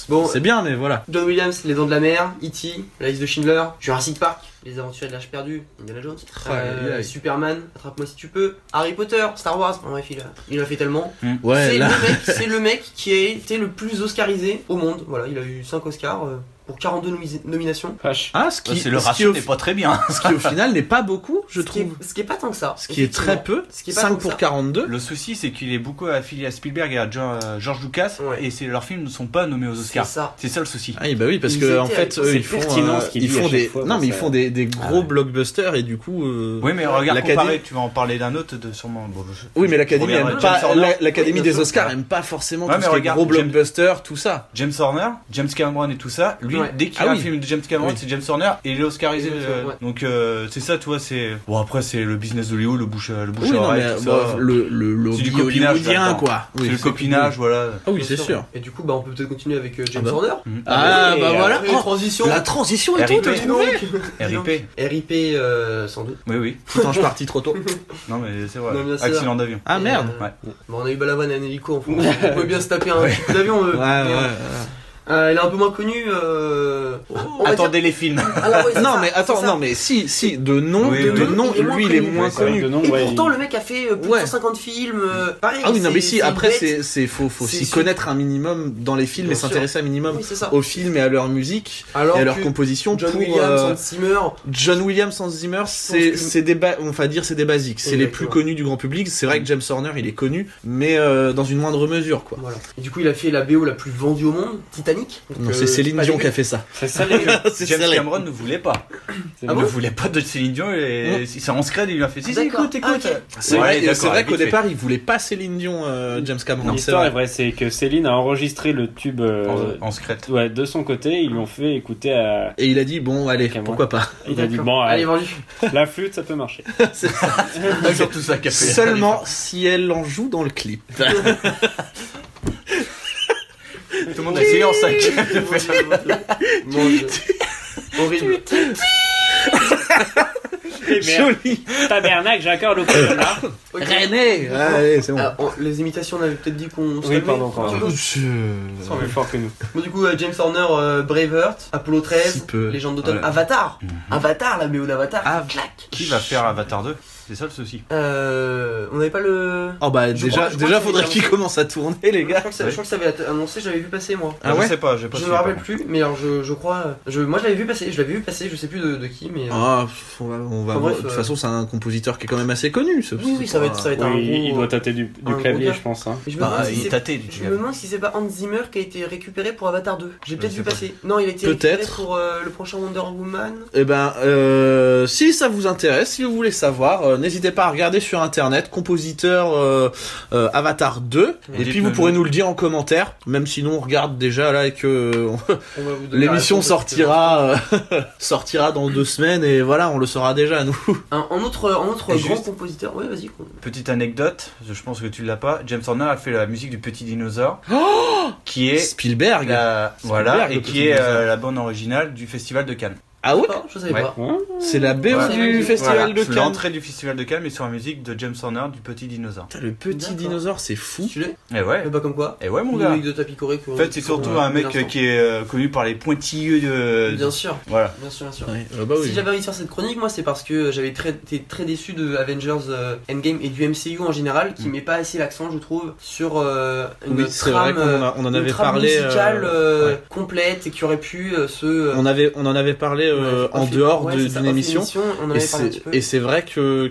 bon, c'est bien, mais voilà. John Williams, Les Dents de la Mer, E.T., La Liste de Schindler, Jurassic Park, Les Aventuriers de l'Âge perdu, Indiana Jones, Superman, Attrape-moi si tu peux, Harry Potter, Star Wars. Bref, il a fait tellement. Ouais, c'est le mec qui a été le plus oscarisé au monde. Voilà, il a eu 5 Oscars. Pour 42 nominations. C'est le ratio n'est pas très bien. Ce qui au final n'est pas beaucoup, je trouve. Ce qui est pas tant que ça. Ce qui est très peu. 5 pour 42. Le souci, c'est qu'il est beaucoup affilié à Spielberg et à George Lucas, et leurs films ne sont pas nommés aux Oscars. C'est ça le souci. Ah bah oui, parce que en fait, ils font des gros blockbusters et du coup. Oui, mais regarde, comparé, tu vas en parler d'un autre sûrement. Oui, mais l'Académie aime pas. L'Académie des Oscars aime pas forcément tout ce qui est gros blockbusters, tout ça. James Horner, James Cameron et tout ça, lui. Dès qu'il y a un film de James Cameron, c'est James Horner et il est oscarisé. Donc c'est ça, tu vois, c'est bon, après c'est le business d'Hollywood, le bouche à oreille, c'est du copinage quoi. C'est le copinage, voilà. Ah oui, c'est sûr. Et du coup, on peut peut-être continuer avec James Horner. Voilà. La transition est toute RIP. RIP sans doute. Oui. Pourtant je suis parti trop tôt. Non mais c'est vrai. Accident d'avion. Ah merde. Bon, on a eu Balavoine et un hélico en France. On pouvait bien se taper un petit coup d'avion. Elle est un peu moins connue. Attendez les films. Si, de nom, lui il est moins connu. Et pourtant le mec a fait plus de 150 films. Pareil. Ah oui, non mais si. Après faut s'y connaître un minimum dans les films et s'intéresser un minimum aux films et à leur musique et à leur composition. John Williams, Hans Zimmer. John Williams, Hans Zimmer, c'est des basiques. C'est les plus connus du grand public. C'est vrai que James Horner il est connu, mais dans une moindre mesure quoi. Voilà. Et du coup il a fait la BO la plus vendue au monde, Titanic. Non, c'est Céline Dion qui a fait ça. C'est ça les gars. James Cameron ne voulait pas. Il ne voulait pas de Céline Dion et c'est en scred, il lui a fait si, écoute. C'est vrai qu'au départ, il voulait pas Céline Dion, James Cameron. L'histoire est vraie, c'est que Céline a enregistré le tube en scred. Ouais, de son côté, ils lui ont fait écouter à. Et il a dit bon, allez, pourquoi pas. Il a dit bon, allez, vendu. La flûte, ça peut marcher. C'est ça. Surtout ça qu'a fait. Seulement si elle en joue dans le clip. Tout le monde a essayé en 5 de faire. Mon Dieu. Horrible. Joli. Tabernacle, j'ai encore le coup là. René. Allez, c'est bon. Les imitations, on avait peut-être dit qu'on. Oui, pardon. C'est plus fort que nous. Bon, du coup, James Horner, Braveheart, Apollo 13, Légende d'automne, Avatar. Avatar, la BO d'Avatar. Clac. Qui va faire Avatar 2 ? C'est ça le souci. On n'avait pas le. Oh bah déjà faudrait qu'il commence à tourner les gars. Je crois que ça avait annoncé, j'avais vu passer moi. Ah ouais. Je sais pas, je me rappelle plus, mais alors je crois. Moi je l'avais vu passer, je sais plus de qui, mais. On va voir. De toute façon, c'est un compositeur qui est quand même assez connu. Oui, ça va être un gros. Il doit tâter du clavier, je pense. Il tâtait du clavier. Je me demande si c'est pas Hans Zimmer qui a été récupéré pour Avatar 2. J'ai peut-être vu passer. Non, il a été récupéré pour le prochain Wonder Woman. Eh ben, si ça vous intéresse, si vous voulez savoir, n'hésitez pas à regarder sur internet compositeur Avatar 2 et puis vous pourrez nous le dire en commentaire, même si nous on regarde déjà là et que l'émission sortira dans 2 semaines et voilà, on le saura déjà nous. Un autre grand compositeur. Ouais, vas-y. Petite anecdote, je pense que tu l'as pas. James Horner a fait la musique du Petit Dinosaure, qui est Spielberg. Et qui est la bande originale du Festival de Cannes. Ah ouais? Je savais pas. C'est la BO du Festival de Cannes. L'entrée du Festival de Cannes, mais sur la musique de James Horner du Petit Dinosaure. Putain, le Petit Dinosaure, c'est fou. Tu l'es? Et ouais. Mais pas comme quoi. Et ouais, mon gars. De tapicoré. En fait, c'est surtout un mec qui est connu par les pointilleux de. Bien sûr. Voilà. Bien sûr. Ouais. Si j'avais envie de faire cette chronique, moi, c'est parce que j'avais été très déçu de Avengers Endgame et du MCU en général, qui met pas assez l'accent, je trouve, sur une trame. On en avait parlé. Musicale complète et qui aurait pu se. On en avait parlé en dehors d'une émission. Et c'est vrai que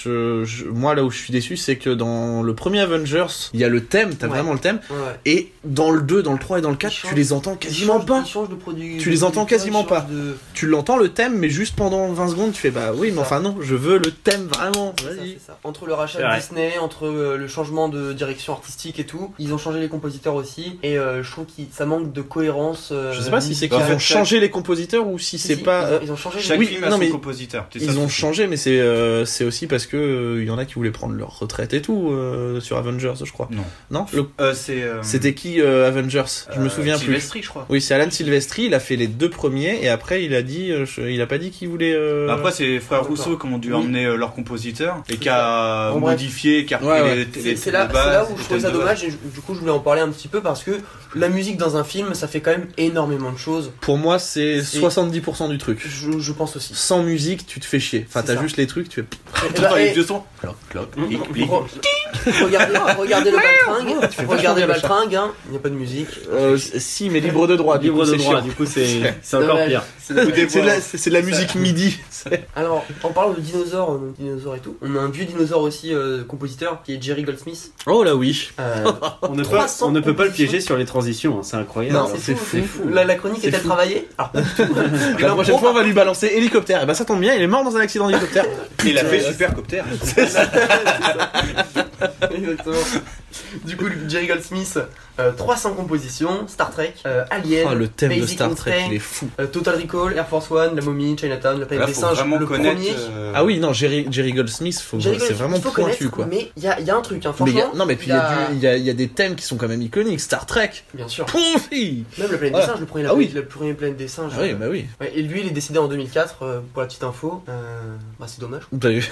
moi là où je suis déçu, c'est que dans le premier Avengers, il y a le thème, t'as vraiment le thème, et dans le 2, dans le 3 et dans le 4, tu les entends quasiment pas. Tu les entends quasiment pas. Tu l'entends le thème, mais juste pendant 20 secondes, tu fais bah oui, mais enfin non, je veux le thème vraiment. C'est ça. Entre le rachat de Disney, entre le changement de direction artistique et tout, ils ont changé les compositeurs aussi, et je trouve que ça manque de cohérence. Je sais pas si c'est qu'ils ont changé les compositeurs ou si c'est pas. Ils ont changé. Chaque film a son compositeur. Ils ont changé, mais c'est aussi parce que il y en a qui voulaient prendre leur retraite et tout sur Avengers, je crois. Non. C'était qui Avengers? Je me souviens plus. Silvestri, je crois. Oui, c'est Alan Silvestri. Il a fait les 2 premiers et après il a dit, il a pas dit qu'il voulait. Après, c'est les frères Rousseau qui ont dû emmener leur compositeur et qui a modifié, qui a repris les c'est là où je trouve ça dommage et du coup je voulais en parler un petit peu parce que La musique dans un film, ça fait quand même énormément de choses. Pour moi, c'est 70% du truc. Je pense aussi. Sans musique, tu te fais chier. Enfin, t'as juste les trucs, tu fais. T'entends les vieux sons. Cloc, clic. Regardez le baltringue. Regardez le baltringue, hein. Il n'y a pas de musique. Si, mais libre de droit. Du coup, c'est encore pire. C'est de la musique MIDI. Alors, en parlant de dinosaures et tout, on a un vieux dinosaure aussi, compositeur, qui est Jerry Goldsmith. Oh là oui. On ne peut pas le piéger sur les transitions, hein, c'est incroyable. Non, c'est fou. La chronique est-elle travaillée? Alors, pas du tout. La prochaine fois, on va lui balancer hélicoptère. Et bah ça tombe bien, il est mort dans un accident d'hélicoptère. Il a fait supercoptère. C'est ça. Exactement. Du coup, Jerry Goldsmith, 300 compositions, Star Trek, Alien, le thème Basic de Star Instinct, Trek, il est fou. Total Recall, Air Force One, La Momie, Chinatown, La Planète des Singes, le premier. Ah oui, non, Jerry Goldsmith, c'est vraiment pointu, quoi. Mais il y a un truc, hein, franchement. Non, mais puis il y a des thèmes qui sont quand même iconiques. Star Trek, bien sûr. Même La Planète des Singes, le premier Planète des Singes. Ah oui, bah oui. Ouais, et lui, il est décédé en 2004, pour la petite info. Bah, c'est dommage.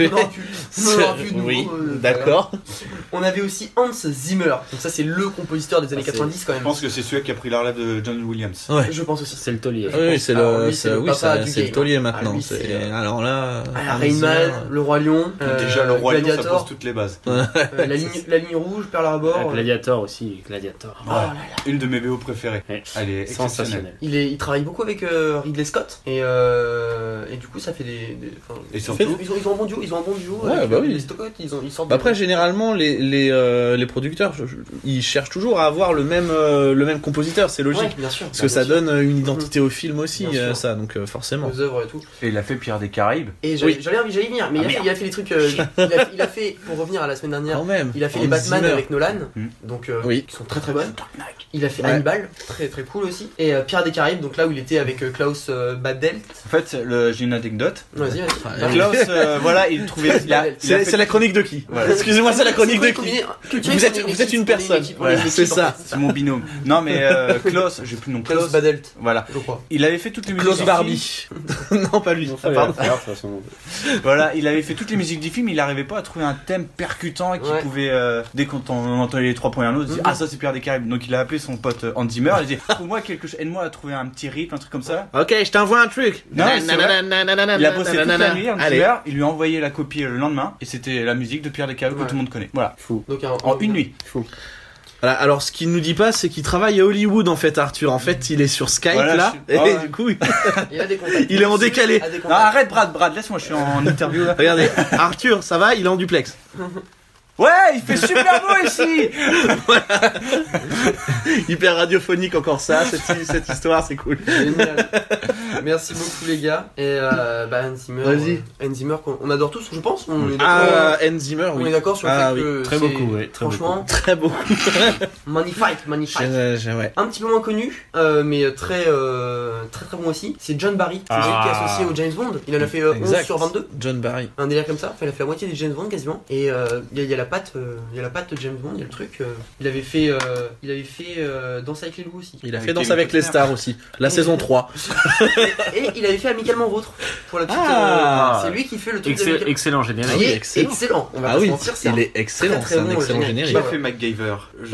Oui, d'accord. On avait aussi Hans Zimmer. Donc ça, c'est le compositeur des années 90 quand même. Je pense que c'est celui qui a pris la relève de John Williams. Ouais. Je pense aussi. C'est le taulier. Oui, c'est le taulier maintenant. Lui, alors là, Rain Man, Le Roi Lion, déjà le Roi Lion, ça Gladiator, pose toutes les bases. la ligne rouge, Pearl Harbor. Gladiator aussi, Gladiator. Une de mes BO préférées. Elle est sensationnelle. Il travaille beaucoup avec Ridley Scott et du coup ça fait et surtout ils ont un bon duo. Ouais, bah oui. Les Scott, ils sortent. Après, généralement, les producteurs, ils cherchent toujours à avoir le même compositeur, c'est logique. Ouais, bien sûr. Parce que ça donne une identité au film aussi, ça, donc forcément. Aux œuvres et tout. Et il a fait Pirates des Caraïbes. Et j'allais y venir, mais il a fait les trucs. Il a fait, pour revenir à la semaine dernière, il a fait les Batman avec Nolan, donc qui sont très très bonnes. Il a fait Hannibal, très très cool aussi. Et Pirates des Caraïbes, donc là où il était avec Klaus Badelt. En fait, j'ai une anecdote. Vas-y. Klaus, voilà, il trouvait. C'est la chronique de qui? Excusez-moi, c'est la chronique de qui? Vous êtes une personne. C'est ça. C'est mon binôme. Non, mais Klaus, j'ai plus le nom. Klaus Badelt. Voilà. Je crois. Il avait fait toutes les musiques. Klaus Barbie. Non, pas lui. Pardon. Voilà, il avait fait toutes les musiques du film. Il n'arrivait pas à trouver un thème percutant qui pouvait, dès qu'on entendait les 3 premières notes, il disait ça c'est Pirates des Caraïbes. Donc il a appelé son pote Hans Zimmer. Il dit trouve-moi quelque chose, aide-moi à trouver un petit rythme, un truc comme ça. Ok, je t'envoie un truc. Non, il a bossé toute la nuit, Hans Zimmer. Il lui a envoyé la copie le lendemain et c'était la musique de Pirates des Caraïbes que tout le monde connaît. Voilà. Fou. Donc en une nuit. Fou. Voilà, alors ce qu'il nous dit pas, c'est qu'il travaille à Hollywood en fait, Arthur. En fait, il est sur Skype là, et du coup, il a des contacts. Il est en décalé. Non, arrête Brad, laisse-moi, je suis en interview là. Regardez, Arthur, ça va, il est en duplex. Ouais, il fait super beau ici. Hyper radiophonique encore ça, cette histoire, c'est cool. Génial. Merci beaucoup les gars. Et Hans Zimmer. Vas-y. Hans Zimmer, on adore tous, je pense. On est d'accord. Hans Zimmer, oui. On est d'accord sur le fait que très beaucoup, franchement, très beaucoup. Magnifique. Ouais. Un petit peu moins connu, mais très bon aussi. C'est John Barry, c'est lui qui est associé au James Bond. Il en a fait 11 sur 22. John Barry. Un délire comme ça. Enfin, il a fait la moitié des James Bond quasiment. Et il y a la patte de James Bond, il y a le truc. Il avait fait Danse avec les loups aussi. Il a fait Danse avec les stars aussi, la saison 3. Et il avait fait Amicalement Vôtre pour la petite. C'est lui qui fait le truc. Excellent générique. Excellent. On va pas se mentir, il est excellent, c'est un excellent générique. Qui a fait MacGyver?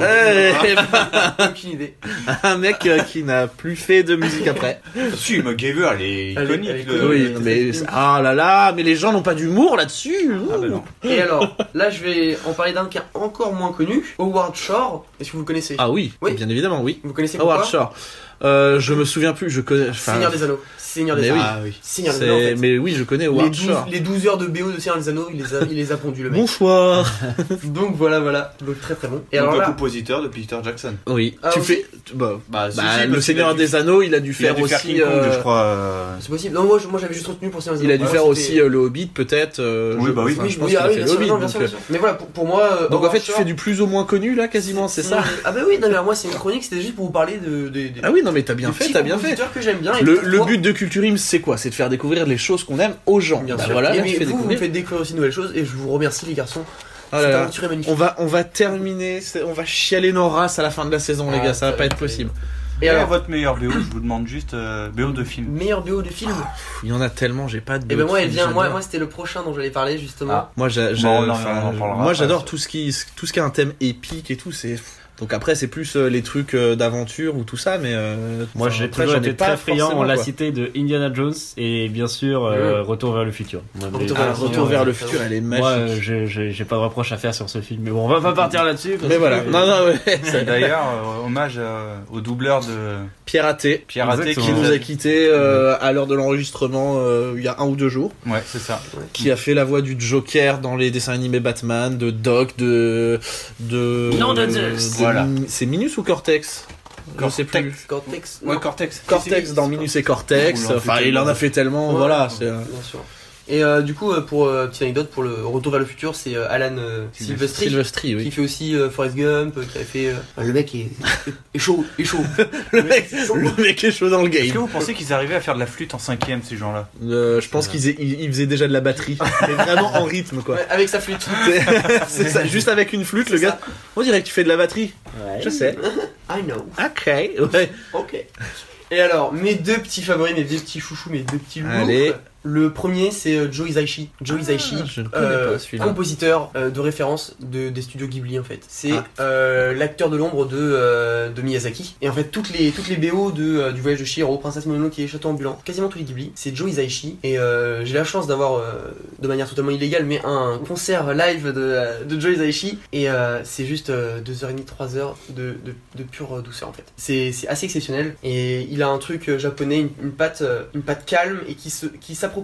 Aucune idée. Un mec qui n'a plus fait de musique après. Si, MacGyver, elle est iconique. Oui, mais ah là là, mais les gens n'ont pas d'humour là-dessus. Ah bah non. Et alors, là je vais en parler d'un qui est encore moins connu, Howard Shore. Est-ce que vous le connaissez? Ah oui, bien évidemment, oui. Vous connaissez Howard Shore. Je me souviens plus, je connais. Seigneur des Anneaux. Seigneur des Anneaux. Ah oui. Seigneur des Anneaux. En fait. Mais oui, je connais Howard Shore. Les 12 heures de BO de Seigneur des Anneaux, il les a pondus le mec. Bonsoir. Donc voilà. Donc très très bon. Et alors le compositeur de Peter Jackson. Oui. Ah, tu aussi. fais. Le Seigneur des Anneaux, il a dû faire aussi. King Kong, je crois. C'est possible. Non, moi j'avais juste retenu pour Seigneur des Anneaux. Il a dû faire aussi le Hobbit, peut-être. Oui, bah oui. Je pense qu'il a fait le Hobbit. Mais voilà, pour moi. Donc en fait, tu fais du plus ou moins connu là, quasiment, c'est ça? Ah bah oui, non mais moi c'est une chronique, c'était juste pour vous parler de. Ah oui, non mais t'as bien fait. Que j'aime bien. Le but de Culture Ims, c'est quoi? C'est de faire découvrir les choses qu'on aime aux gens. Bien sûr. Voilà, et vous me faites découvrir aussi de nouvelles choses et je vous remercie les garçons. Oh là là. On va terminer, on va chialer nos races à la fin de la saison, les gars, ça va pas être possible. Et alors votre meilleur BO, je vous demande juste BO de film. Meilleur BO de film. Il y en a tellement, j'ai pas de BO. Et ben moi elle vient, moi c'était le prochain dont j'allais parler justement. Moi j'adore tout ce qui a un thème épique et tout, c'est Donc après c'est plus les trucs d'aventure ou tout ça, mais moi j'ai toujours été très friand. On l'a cité de Indiana Jones et bien sûr Retour vers le futur. Retour vers le futur, elle est magique. Moi j'ai pas de reproche à faire sur ce film, mais bon on va pas partir là-dessus. Mais voilà. Non c'est d'ailleurs hommage au doubleur de Pierre Athé qui nous a quitté à l'heure de l'enregistrement il y a 1 ou 2 jours. Ouais, c'est ça. Qui a fait la voix du Joker dans les dessins animés Batman, de Doc, de nom de Zeus. Voilà. C'est Minus ou Cortex? Je sais plus. Cortex. Ouais, Cortex. Cortex dans Minus et Cortex. Enfin, il en a fait tellement. Voilà. Bien sûr. Et du coup, pour petite anecdote, pour le Retour vers le futur, c'est Alan Silvestri, qui fait aussi Forrest Gump, qui avait fait. Le mec est chaud, le mec est chaud dans le game. Est-ce que vous pensez qu'ils arrivaient à faire de la flûte en 5ème, ces gens-là? Je pense qu'ils faisaient déjà de la batterie, mais vraiment en rythme, quoi. Ouais, avec sa flûte. C'est ça, juste avec une flûte, le gars. On dirait que tu fais de la batterie. Ouais. Je sais. I know. Ok. Et alors, mes 2 petits favoris, mes 2 petits chouchous, mes 2 petits loups. Allez. Le premier, c'est Joe Hisaishi. Joe Hisaishi, je ne connais pas celui-là. Compositeur de référence des studios Ghibli en fait. C'est l'acteur de l'ombre de Miyazaki. Et en fait, toutes les BO du Voyage de Chihiro, Princesse Mononoke et Château Ambulant, quasiment tous les Ghibli, c'est Joe Hisaishi. Et j'ai la chance d'avoir, de manière totalement illégale, mais un concert live de Joe Hisaishi. Et c'est juste 2h30, 3h de pure douceur en fait. C'est assez exceptionnel. Et il a un truc japonais, une patte calme et qui s'approprie,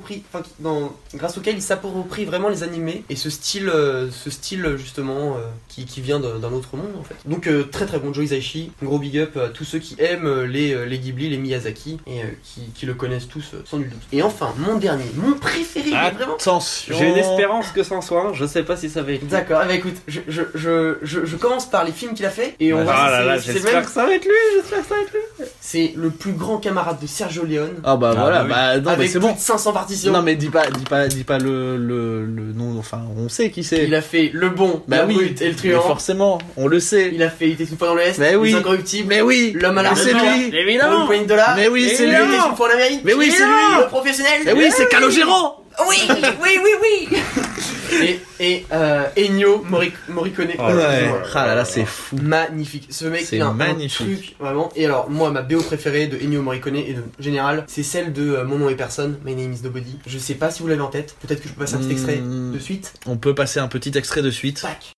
grâce auquel il s'approprie vraiment les animés et ce style justement qui vient d'un autre monde en fait. Donc très très bon Joe Hisaishi, gros big up à tous ceux qui aiment les Ghibli, les Miyazaki et qui le connaissent tous sans nul doute. Et enfin mon dernier, mon préféré, vraiment. Attention. J'ai une espérance que ça en soit un, je sais pas si ça va être. D'accord, écoute, je commence par les films qu'il a fait et on va j'espère que ça va être lui, C'est le plus grand camarade de Sergio Leone. Ah bah voilà, bah non mais c'est bon. 500 partitions. Non mais dis pas le nom, enfin on sait qui c'est. Il a fait Le Bon, La Brute et Le Truand. Forcément, on le sait. Il a fait Il était une fois dans l'Est, mais oui. Les Incorruptibles, mais oui. L'Homme à l'arme, c'est lui. Évidemment. Une poignée de dollars. Mais oui, c'est lui. Il était une fois en Amérique. Mais oui, c'est lui. Le Professionnel. Mais oui, c'est Calogero. Oui. Et Ennio Morricone. Ah là là, c'est fou. Magnifique. Ce mec, il a un truc vraiment. Et alors, moi, ma BO préférée de Ennio Morricone et de général, c'est celle de Mon nom est personne, My name is nobody. Je sais pas si vous l'avez en tête. Peut-être que je peux passer un petit extrait de suite. On peut passer un petit extrait de suite. Tac.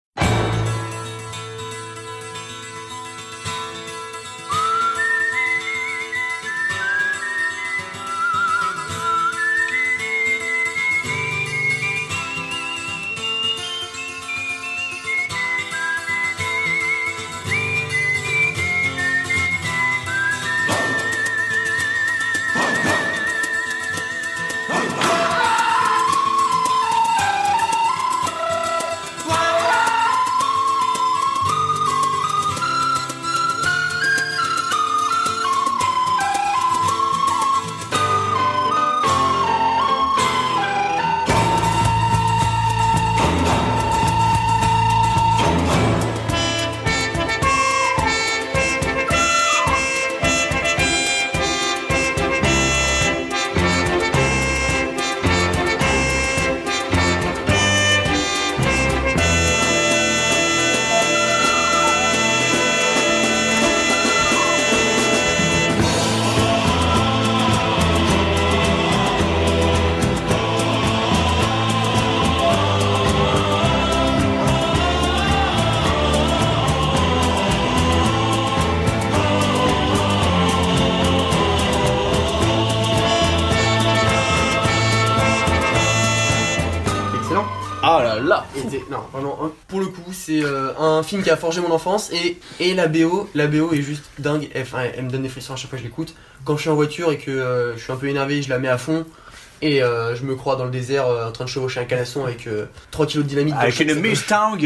Non, vraiment, pour le coup, c'est un film qui a forgé mon enfance et la BO est juste dingue. Elle me donne des frissons à chaque fois que je l'écoute. Quand je suis en voiture et que je suis un peu énervé, je la mets à fond. Et je me crois dans le désert en train de chevaucher un canasson avec 3 kilos de dynamite. Avec une Mustang.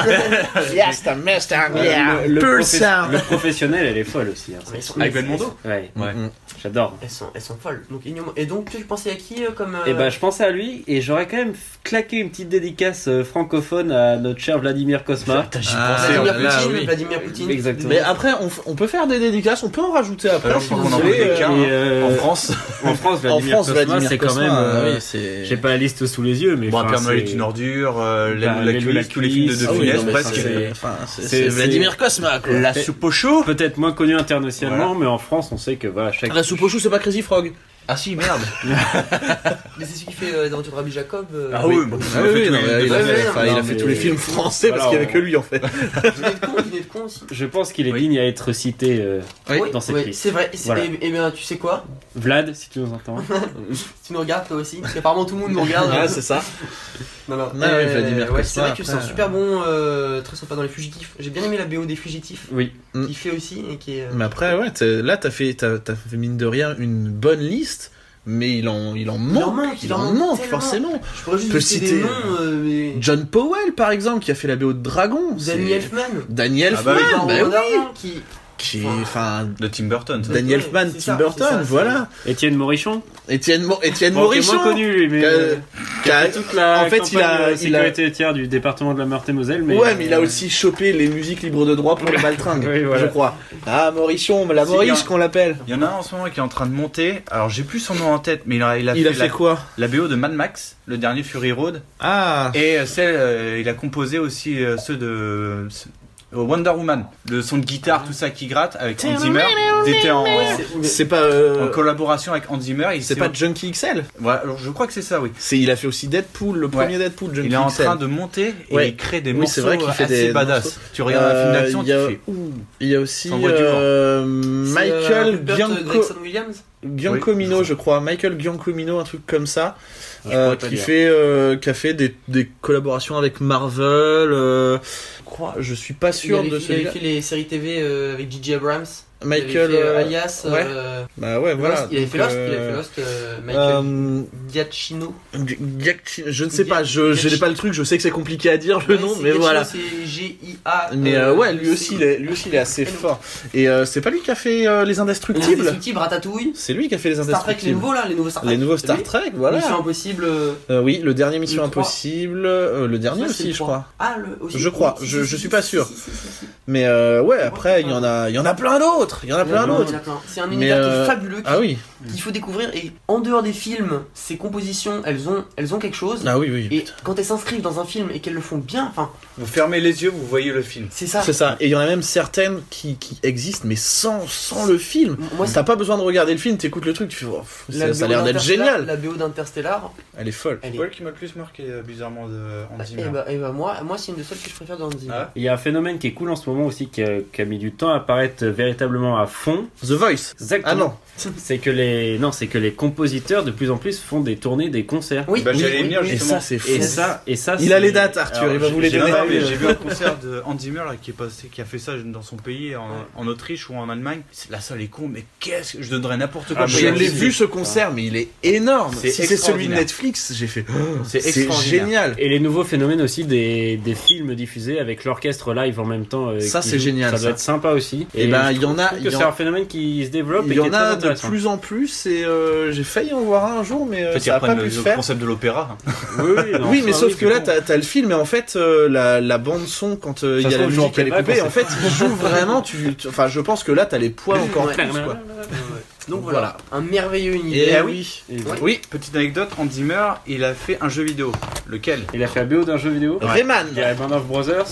Yes, the Mustang, yeah. Le professionnel, elle est folle aussi. Hein. Avec Belmondo. Ouais. J'adore. Elles sont folles. Et donc, tu pensais à qui comme Eh ben, je pensais à lui et j'aurais quand même claqué une petite dédicace francophone à notre cher Vladimir Kosma. J'y pensais. Vladimir Poutine. Exactement. Mais après, on peut faire des dédicaces, on peut en rajouter après. Alors, je crois qu'on en fait des cas en France. En France, Vladimir Kosma, c'est quand même J'ai pas la liste sous les yeux, mais bon, Père Noël est une ordure, la cuisse, tous les films de Funès, presque. C'est Vladimir Cosma, quoi. La soupe au chou. Peut-être moins connu internationalement, mais en France, on sait que voilà, La soupe au chou, c'est pas Crazy Frog. Ah si, merde. Mais c'est celui qui fait les aventures de Rabbi Jacob. Ah oui, il a fait tous les films français parce qu'il y avait que lui en fait. Il est de con aussi. Je pense qu'il est digne à être cité dans cette liste. C'est vrai. Et bien, tu sais quoi, Vlad, si tu nous entends. si tu nous regardes toi aussi, parce qu'apparemment tout le monde nous regarde. Ouais, c'est ça. Non, Vladimir Cosma, c'est vrai que c'est un super bon, très sympa dans Les Fugitifs. J'ai bien aimé la BO des Fugitifs. Oui. Qui fait aussi et qui est. Mais après, là, t'as fait mine de rien une bonne liste. Mais il en manque forcément. Je pourrais juste citer des noms, mais... John Powell par exemple qui a fait la BO de Dragon. Daniel Elfman, de Tim Burton. Daniel Elfman, Tim Burton, voilà. Étienne Morichon. Étienne Morichon. Moins connu lui, mais qui a toute la. En fait, il a sécurité tiers du département de la Meurthe-et-Moselle, mais. Ouais, mais il a aussi chopé les musiques libres de droit pour les baltringues, oui, voilà. Je crois. Ah, Morichon, la Maurice qu'on l'appelle. Il y en a un en ce moment qui est en train de monter. Alors, j'ai plus son nom en tête, mais il a fait quoi? La BO de Mad Max, le dernier Fury Road. Ah. Et il a composé aussi ceux de. Wonder Woman, le son de guitare, tout ça qui gratte avec Hans Zimmer. C'était c'est pas en collaboration avec Hans Zimmer. C'est pas Junkie XL. Ouais, alors je crois que c'est ça, oui. Il a fait aussi Deadpool, le premier Deadpool. Junkie XL. Il est en train de monter et il crée des morceaux c'est vrai qu'il fait assez badass. Morceaux. Tu regardes un film d'action, tu fais. Il y a aussi Michael Giancomino, je crois. Michael Giancomino, un truc comme ça. Qui a fait des collaborations avec Marvel. Je suis pas sûr de celui-là. Il avait fait les séries TV avec J.J. Abrams. Michael Alias. Bah ouais, voilà. Il avait fait Lost. Michael Giacchino. Je ne sais pas. Je n'ai pas le truc. Je sais que c'est compliqué à dire le nom, mais voilà. C'est G-I-A. Mais lui aussi, il est assez fort. Et c'est pas lui qui a fait Les Indestructibles. Ratatouille. C'est lui qui a fait Les Indestructibles. Star Trek, les nouveaux Star Trek. Les nouveaux Star Trek, voilà. Mission Impossible. Oui, le dernier Mission Impossible. Le dernier aussi, je crois. Ah, aussi. Je crois. Je suis pas sûr. Mais ouais, après il y en a plein d'autres. C'est un univers qui est fabuleux. Oui. Qu'il faut découvrir, et en dehors des films, ces compositions, elles ont quelque chose. Ah oui. Et quand elles s'inscrivent dans un film et qu'elles le font bien, enfin. Vous fermez les yeux, vous voyez le film. C'est ça. Et il y en a même certaines qui existent, mais sans le film. T'as pas besoin de regarder le film, t'écoutes le truc, tu fais, ça a l'air d'être génial. La BO d'Interstellar, elle est folle. C'est quoi qui m'a le plus marqué, bizarrement, de Hans Zimmer. Moi, c'est une de celles que je préfère de Hans Zimmer. Il y a un phénomène qui est cool en ce moment aussi, qui a mis du temps à apparaître véritablement à fond. The Voice. Exactement. Ah non. C'est que les compositeurs de plus en plus font des tournées, des concerts. Oui. J'allais venir justement. Et ça c'est fou. Et ça il a les dates, Arthur. Il va vous les donner. J'ai vu un concert de Hans Zimmer là, qui a fait ça dans son pays, en Autriche ou en Allemagne. La salle est con, mais qu'est-ce que je donnerais n'importe quoi. Je l'ai vu ce concert, mais il est énorme. Si c'est celui de Netflix, j'ai fait. C'est génial. Et les nouveaux phénomènes aussi des films diffusés avec l'orchestre live en même temps. Ça c'est génial. Ça doit être sympa aussi. Et ben il y en a. C'est un phénomène qui se développe. Il y en a de plus en plus et j'ai failli en voir un jour, mais ça a pas pu se faire. Le concept de l'opéra. Oui, mais sauf que là t'as le film et en fait la bande son quand il y a la musique elle est coupée, en fait il joue vraiment. Enfin je pense que là t'as les poids encore plus quoi. Donc voilà, un merveilleux univers. Oui, petite anecdote, Hans Zimmer, il a fait un jeu vidéo. Lequel? Il a fait la BO d'un jeu vidéo. Rayman. Il y a Band of Brothers.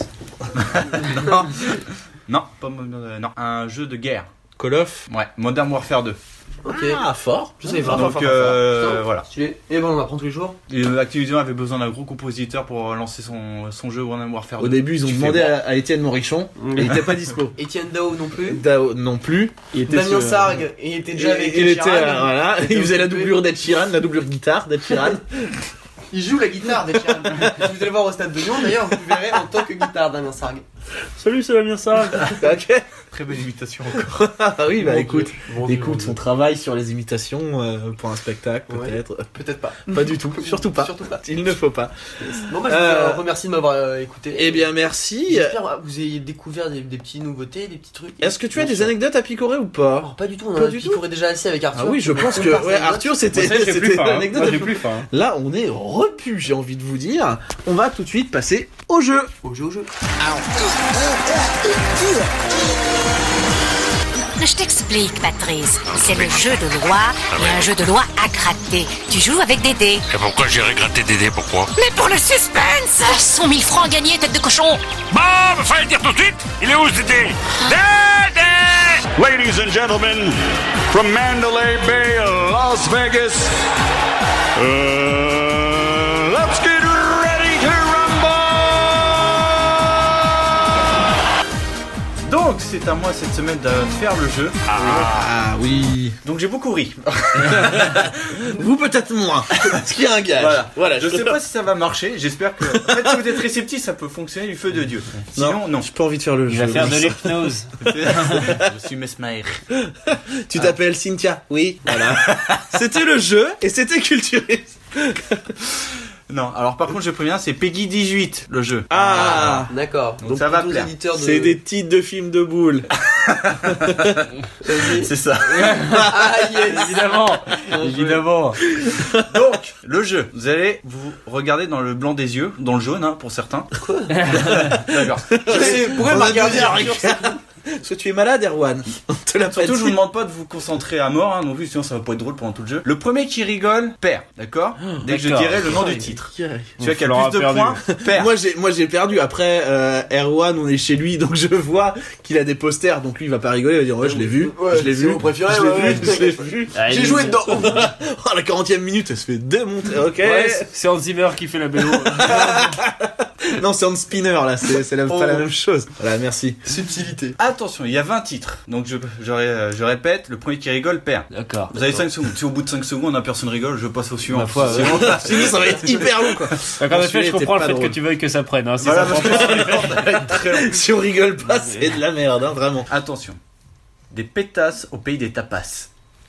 Non, un jeu de guerre. Call of. Ouais, Modern Warfare 2. Ok. Ah, fort. Je sais pas. Donc voilà. Et bon, on apprend tous les jours. Activision avait besoin d'un gros compositeur pour lancer son jeu Modern Warfare 2. Au début, ils ont demandé à Étienne Morichon, et il était pas dispo. Étienne Dao non plus. Damien Sargue, il était déjà avec Ed Sheeran. Voilà, il faisait la doublure d'Ed Sheeran, la doublure guitare d'Ed Sheeran. Il joue la guitare d'Ed Sheeran. Si vous allez voir au stade de Lyon, d'ailleurs, vous verrez en tant que guitare Damien Sargue. Salut, c'est Damien Sargue. Ok. Très belle imitation encore. Ah oui, bah écoute, on travaille sur les imitations pour un spectacle, peut-être. Peut-être pas. Pas du tout, surtout pas. Il ne faut pas. Bon, bah, je vous remercie de m'avoir écouté. Eh bien, merci. J'espère que vous ayez découvert des petites nouveautés, des petits trucs. Est-ce que tu as des anecdotes à picorer ou pas? Alors, pas du tout, on en a picoré déjà assez avec Arthur. Ah oui, je pense que Arthur, c'était l'anecdote. J'ai plus faim. Là, on est repu, j'ai envie de vous dire. On va tout de suite passer au jeu. Au jeu. Je t'explique, Patrice. C'est le jeu de loi et un jeu de loi à gratter. Tu joues avec des dés. Et pourquoi j'irais gratter des dés, pourquoi? Mais pour le suspense 100 000 francs gagnés, tête de cochon. Bon, fallait le dire tout de suite. Il est où ce dé? Dédé! Ladies and gentlemen, from Mandalay Bay, Las Vegas, let's get ready to rumble! Donc, c'est à moi cette semaine de faire le jeu. Ah oui. Donc, j'ai beaucoup ri. Vous peut-être moins. Parce qu'il y a un gage. Voilà. Je sais pas si ça va marcher. J'espère que. En fait, si vous êtes réceptif, ça peut fonctionner du feu de Dieu. Sinon, non. J'ai pas envie de faire le jeu. Il va faire de l'hypnose. Je suis Mesmaer. Tu t'appelles Cynthia? Oui. Voilà. C'était le jeu et c'était culturiste. Non, alors par contre, je préviens, c'est Peggy 18 le jeu. Ah, d'accord. Donc ça va plaire. C'est des titres de films de boules. C'est ça. Ah, yes. Évidemment. Donc, le jeu, vous allez vous regarder dans le blanc des yeux, dans le jaune, hein, pour certains. Quoi? D'accord. Pourquoi m'a regardé Parce que tu es malade, Erwan. On te l'a pas dit. Surtout, je vous demande pas de vous concentrer à mort, hein, non plus, sinon ça va pas être drôle pendant tout le jeu. Le premier qui rigole perd, d'accord? Dès que je dirai le nom du titre. Celui qui a le plus de points perd. Moi j'ai perdu. Après Erwan, on est chez lui, donc je vois qu'il a des posters, donc lui il va pas rigoler, il va dire ouais je l'ai vu, je l'ai vu, mon préféré, je l'ai vu. J'ai joué dedans. Oh, la 40e minute, elle se fait démonter. Ok. Ouais, c'est Hans Zimmer qui fait la BO. Non, c'est Hans Spinner là, c'est pas la même chose. Voilà, merci. Subtilité. Attention, il y a 20 titres. Donc je répète, le premier qui rigole perd. D'accord. Vous avez 5 secondes. Si au bout de 5 secondes, personne rigole, je passe au suivant. Ma foi, Sinon ça va être hyper long quoi. Donc en effet, je comprends le fait que tu veuilles que ça prenne. Hein, si voilà, ça prend très long. Si on rigole pas, c'est de la merde, hein, vraiment. Attention. Des pétasses au pays des tapas.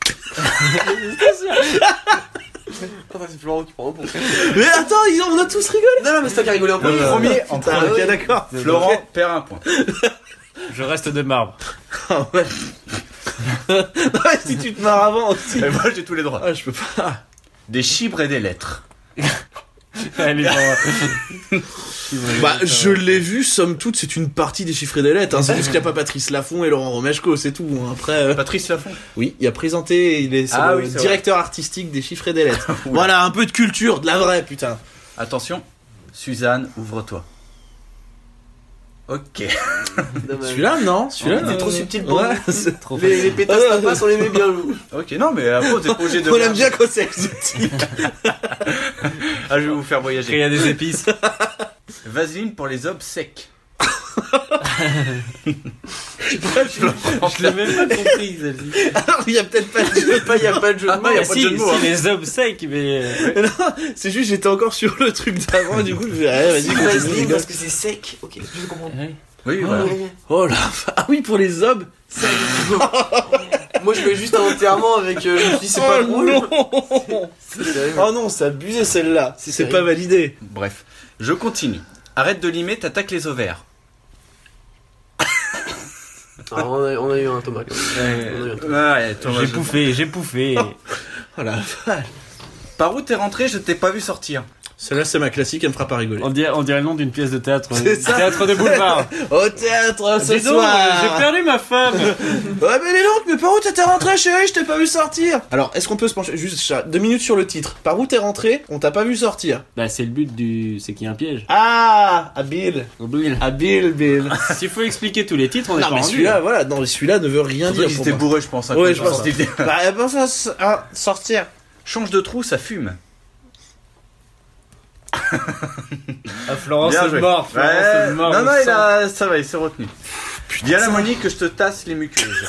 C'est Florent qui prend un bon. Mais attends, on a tous rigolé. Non, mais c'est toi qui as rigolé en premier. Premier en point. Ok, d'accord. Florent perd un point. Je reste de marbre. Ah ouais. Ouais, si tu te marres avant aussi. Et moi j'ai tous les droits. Ah, je peux pas. Des chibres et des lettres. Allez, Bah, je l'ai vu, somme toute, c'est une partie des chiffres et des lettres. Hein. C'est juste qu'il n'y a pas Patrice Laffont et Laurent Romeshko, c'est tout. Hein. Après, Patrice Laffont. Oui, il a présenté, il est le directeur artistique des chiffres et des lettres. Voilà, un peu de culture, de la vraie, putain. Attention, Suzanne, ouvre-toi. Ok. Celui-là, non. Celui-là, c'est trop subtil pour ouais, c'est trop les pétasses tapas, on les met bien. Ok, non, mais après, t'es pas obligé de. On aime bien quand c'est subtil. Ah, je vais vous faire voyager. Il y a des épices. Vaseline pour les hommes secs. Je l'ai même pas compris, celle-ci. Alors, il y a peut-être pas de jeu. Il y a pas de jeu de mots. Il y a pas de jeu de mots. Si, les hommes secs, mais. Non, c'est juste, j'étais encore sur le truc d'avant, du coup, je vais vas-y, Vaseline parce que c'est sec. Ok, je comprends. Oui, voilà. Oh là, ah oui, pour les hommes. Moi, je vais juste un enterrement avec. Je me dis, c'est pas drôle. Oh non, c'est abusé celle-là. C'est pas validé. Bref, je continue. Arrête de limer, t'attaques les ovaires. Alors, on a eu un Thomas. Ouais, Thomas, j'ai pouffé. Oh la vache. Par où t'es rentré, je t'ai pas vu sortir. Celle-là, c'est ma classique, elle me fera pas rigoler. On dirait le nom d'une pièce de théâtre. C'est ça. Théâtre de boulevard. Au théâtre ce Dis donc, soir. j'ai perdu ma femme. Ouais, mais dis donc, mais par où t'étais rentré, chérie? Je t'ai pas vu sortir. Alors, est-ce qu'on peut se pencher juste 2 minutes sur le titre? Par où t'es rentré? On t'a pas vu sortir. Bah, c'est le but du. C'est qu'il y a un piège. Ah, Bill. Bill. S'il faut expliquer tous les titres, on est pas rendu. Celui-là, voilà, non, celui-là ne veut rien dire. J'étais bourré, je pense. Ouais, je pense. Bah, elle pense à sortir. Change de trou, ça fume. Ah, Florence est mort. Non, ça va, il s'est retenu. Dis à la Monique que je te tasse les muqueuses.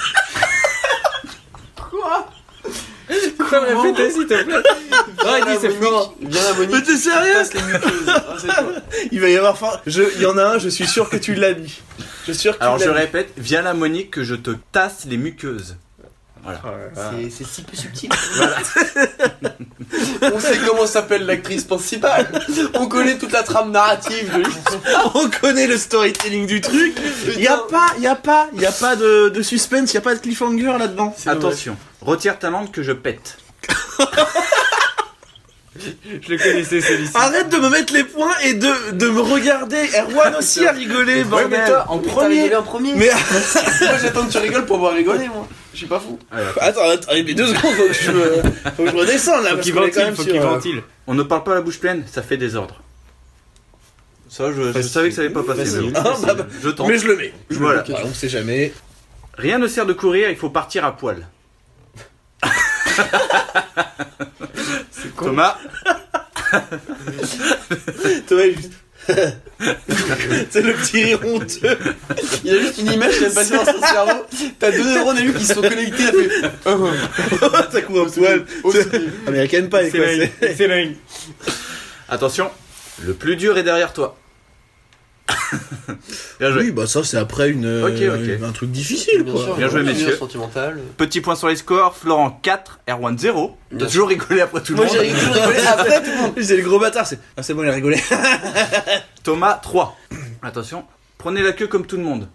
Quoi? Quoi, répétez s'il te plaît. Non, il dit c'est fort. Viens la Monique. Mais t'es sérieux? Tasse les muqueuses. Il va y avoir il y en a un, je suis sûr que tu l'as mis. Je suis sûr que alors je répète, viens la Monique que je te tasse les muqueuses. Voilà. C'est si peu subtil. Voilà. On sait comment s'appelle l'actrice principale. On connaît toute la trame narrative. On connaît le storytelling du truc. Il y a pas de suspense, il y a pas de cliffhanger là-dedans. Attention, retire ta langue que je pète. Je le connaissais celui-ci. Arrête de me mettre les points et de me regarder. Erwan aussi a rigolé, bordel. Ouais, mais toi, en premier. Mais moi j'attends que tu rigoles pour voir rigoler, moi. Je suis pas fou. Attends, mais 2 secondes, faut que je redescende là. Faut qu'il ventile. On ne parle pas la bouche pleine, ça fait désordre. Ça, je savais que ça allait pas passer. Je tente. Mais je le mets. Voilà. On sait jamais. Rien ne sert de courir, il faut partir à poil. Thomas. Thomas, juste. C'est le petit rire honteux. Il a juste une image qui a passé dans son cerveau. T'as 2 neurones à lui qui se sont connectés. Ça court à poil. American Pie, quoi. C'est dingue. Attention, le plus dur est derrière toi. Bien joué. Oui, bah ça c'est après un truc difficile, quoi. Sûr, bien joué, messieurs. Sentimental. Petit point sur les scores. Florent 4, Erwan 0. T'as toujours rigolé après tout le monde. Moi j'ai toujours rigolé après tout le monde. C'est le gros bâtard. C'est bon, il a rigolé. Thomas 3. Attention, prenez la queue comme tout le monde.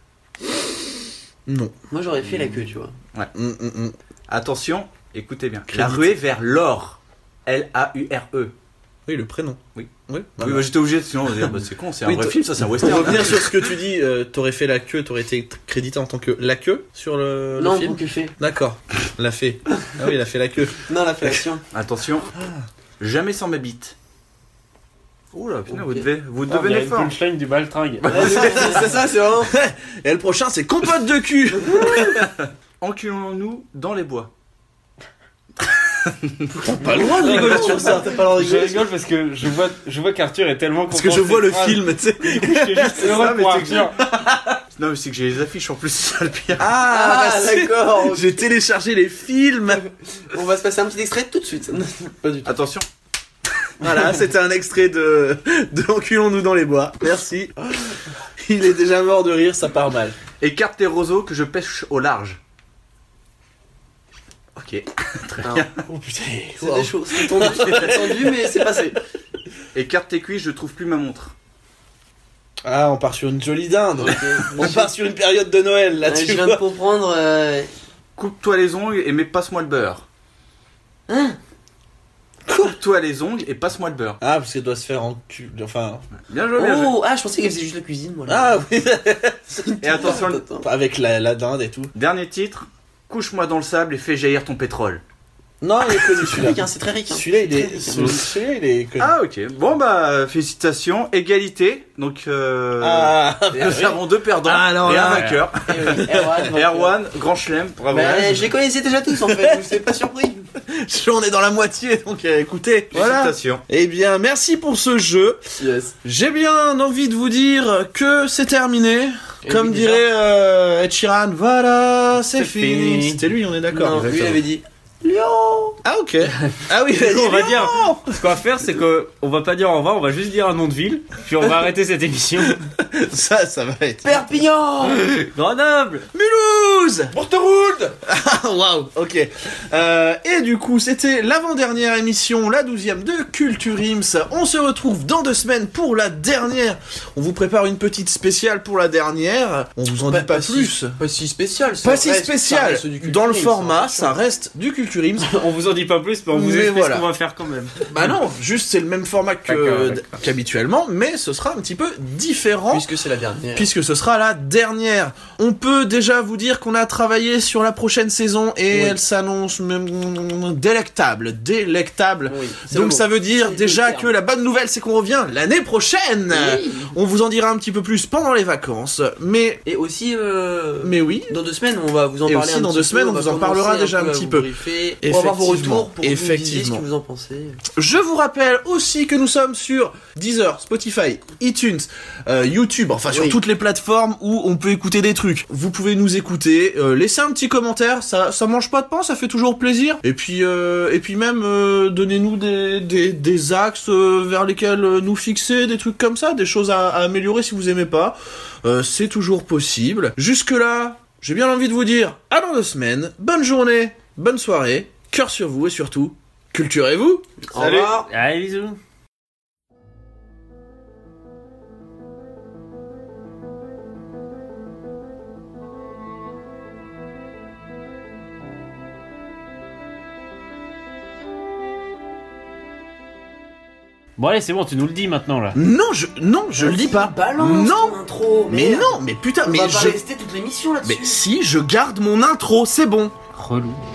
Non. Moi j'aurais fait la queue, tu vois. Ouais. Attention, écoutez bien. La ruée vers l'or. L-A-U-R-E. Oui, le prénom. Oui. Oui, bah j'étais obligé, sinon on va dire c'est con, c'est un vrai film, ça c'est un western. Pour revenir sur ce que tu dis, t'aurais fait la queue, t'aurais été crédité en tant que la queue sur le film. Non, que fait. D'accord, l'a fait. Ah oui, il a fait la queue. Non, la fait l'action. Attention, jamais sans ma bite. Oula, putain, vous devenez fort. Il y a une punchline du baltringue. C'est ça, c'est vraiment. Et le prochain, c'est compote de cul. Enculons-nous dans les bois. T'as pas le droit de rigoler sur ça. T'as pas le droit de rigoler. Je rigole parce que je vois qu'Arthur est tellement content. Parce que je vois le film, tu sais. Du coup, je suis juste heureux pour Arthur. Non, mais c'est que j'ai les affiches en plus, c'est ça le pire. Ah d'accord. J'ai téléchargé les films. On va se passer un petit extrait tout de suite. Pas du tout. Attention. Voilà, c'était un extrait de Enculons-nous dans les bois. Merci. Il est déjà mort de rire, ça part mal. Écarte tes roseaux que je pêche au large. Ok, très bien. Oh putain, c'est des choses. C'est tendu, mais c'est passé. Écarte tes cuisses, je trouve plus ma montre. Ah, on part sur une jolie dinde. On part sur une période de Noël là. Je viens de comprendre. Coupe-toi les ongles et passe-moi le beurre. Hein? Coupe-toi les ongles et passe-moi le beurre. Ah, parce qu'elle doit se faire en cul. Enfin. Bien joué, bien joué. Oh, je pensais qu'elle faisait juste la cuisine, moi. Ah oui. Et attention, avec la dinde et tout. Dernier titre. Couche-moi dans le sable et fais jaillir ton pétrole. Non, il est connu celui-là. C'est très riche. Celui-là, il est connu. Ah, ok. Bon, bah, félicitations. Égalité. Donc, nous avons 2 perdants et un vainqueur. Erwan, grand chelem. Bravo. Je les connaissais déjà tous, en fait. Je suis pas surpris. On est dans la moitié, donc écoutez. Félicitations. Voilà. Eh bien, merci pour ce jeu. Yes. J'ai bien envie de vous dire que c'est terminé. Comme dirait Ed Sheeran, voilà, c'est fini. C'était lui, on est d'accord. Lui, il avait dit Lyon. Ah ok. Ah oui, on va dire. Ce qu'on va faire, c'est que on va pas dire au revoir, on va juste dire un nom de ville, puis on va arrêter cette émission. Ça va être. Perpignan. Grenoble. Mulhouse. Porteroude. Waouh. Ok. Et du coup, c'était l'avant-dernière émission, la 12e de Culture Ims. On se retrouve dans 2 semaines pour la dernière. On vous prépare une petite spéciale pour la dernière. On vous en dit pas plus. Pas si spécial. Pas si spécial. Dans le format, ça reste du Culture Ims. On vous en dit pas plus, mais on vous explique ce qu'on va faire quand même. Bah non, juste c'est le même format qu'habituellement, mais ce sera un petit peu différent. Puisque c'est la dernière. Puisque ce sera la dernière. On peut déjà vous dire qu'on a travaillé sur la prochaine saison et elle s'annonce délectable. Oui, donc ça veut dire déjà que la bonne nouvelle c'est qu'on revient l'année prochaine. Oui. On vous en dira un petit peu plus pendant les vacances, mais et aussi mais oui, dans 2 semaines on va vous en parler. Et aussi dans 2 semaines on vous en parlera déjà un petit peu. Pour avoir vos retours, pour que vous nous disiez ce que vous en pensez. Je vous rappelle aussi que nous sommes sur Deezer, Spotify, iTunes, YouTube, enfin sur toutes les plateformes où on peut écouter des trucs. Vous pouvez nous écouter, laissez un petit commentaire, ça mange pas de pain, ça fait toujours plaisir. Et puis même donnez-nous des axes vers lesquels nous fixer, des trucs comme ça, des choses à améliorer si vous aimez pas. C'est toujours possible. Jusque là, j'ai bien envie de vous dire à dans 2 semaines, bonne journée, bonne soirée, cœur sur vous et surtout, culturez-vous. Salut. Au revoir. Allez, bisous. Bon allez, c'est bon, tu nous le dis maintenant là. Non, je le dis pas. Balance ton intro. Mais non, mais putain, on va pas rester toute l'émission là-dessus. Mais si, je garde mon intro, c'est bon. Relou.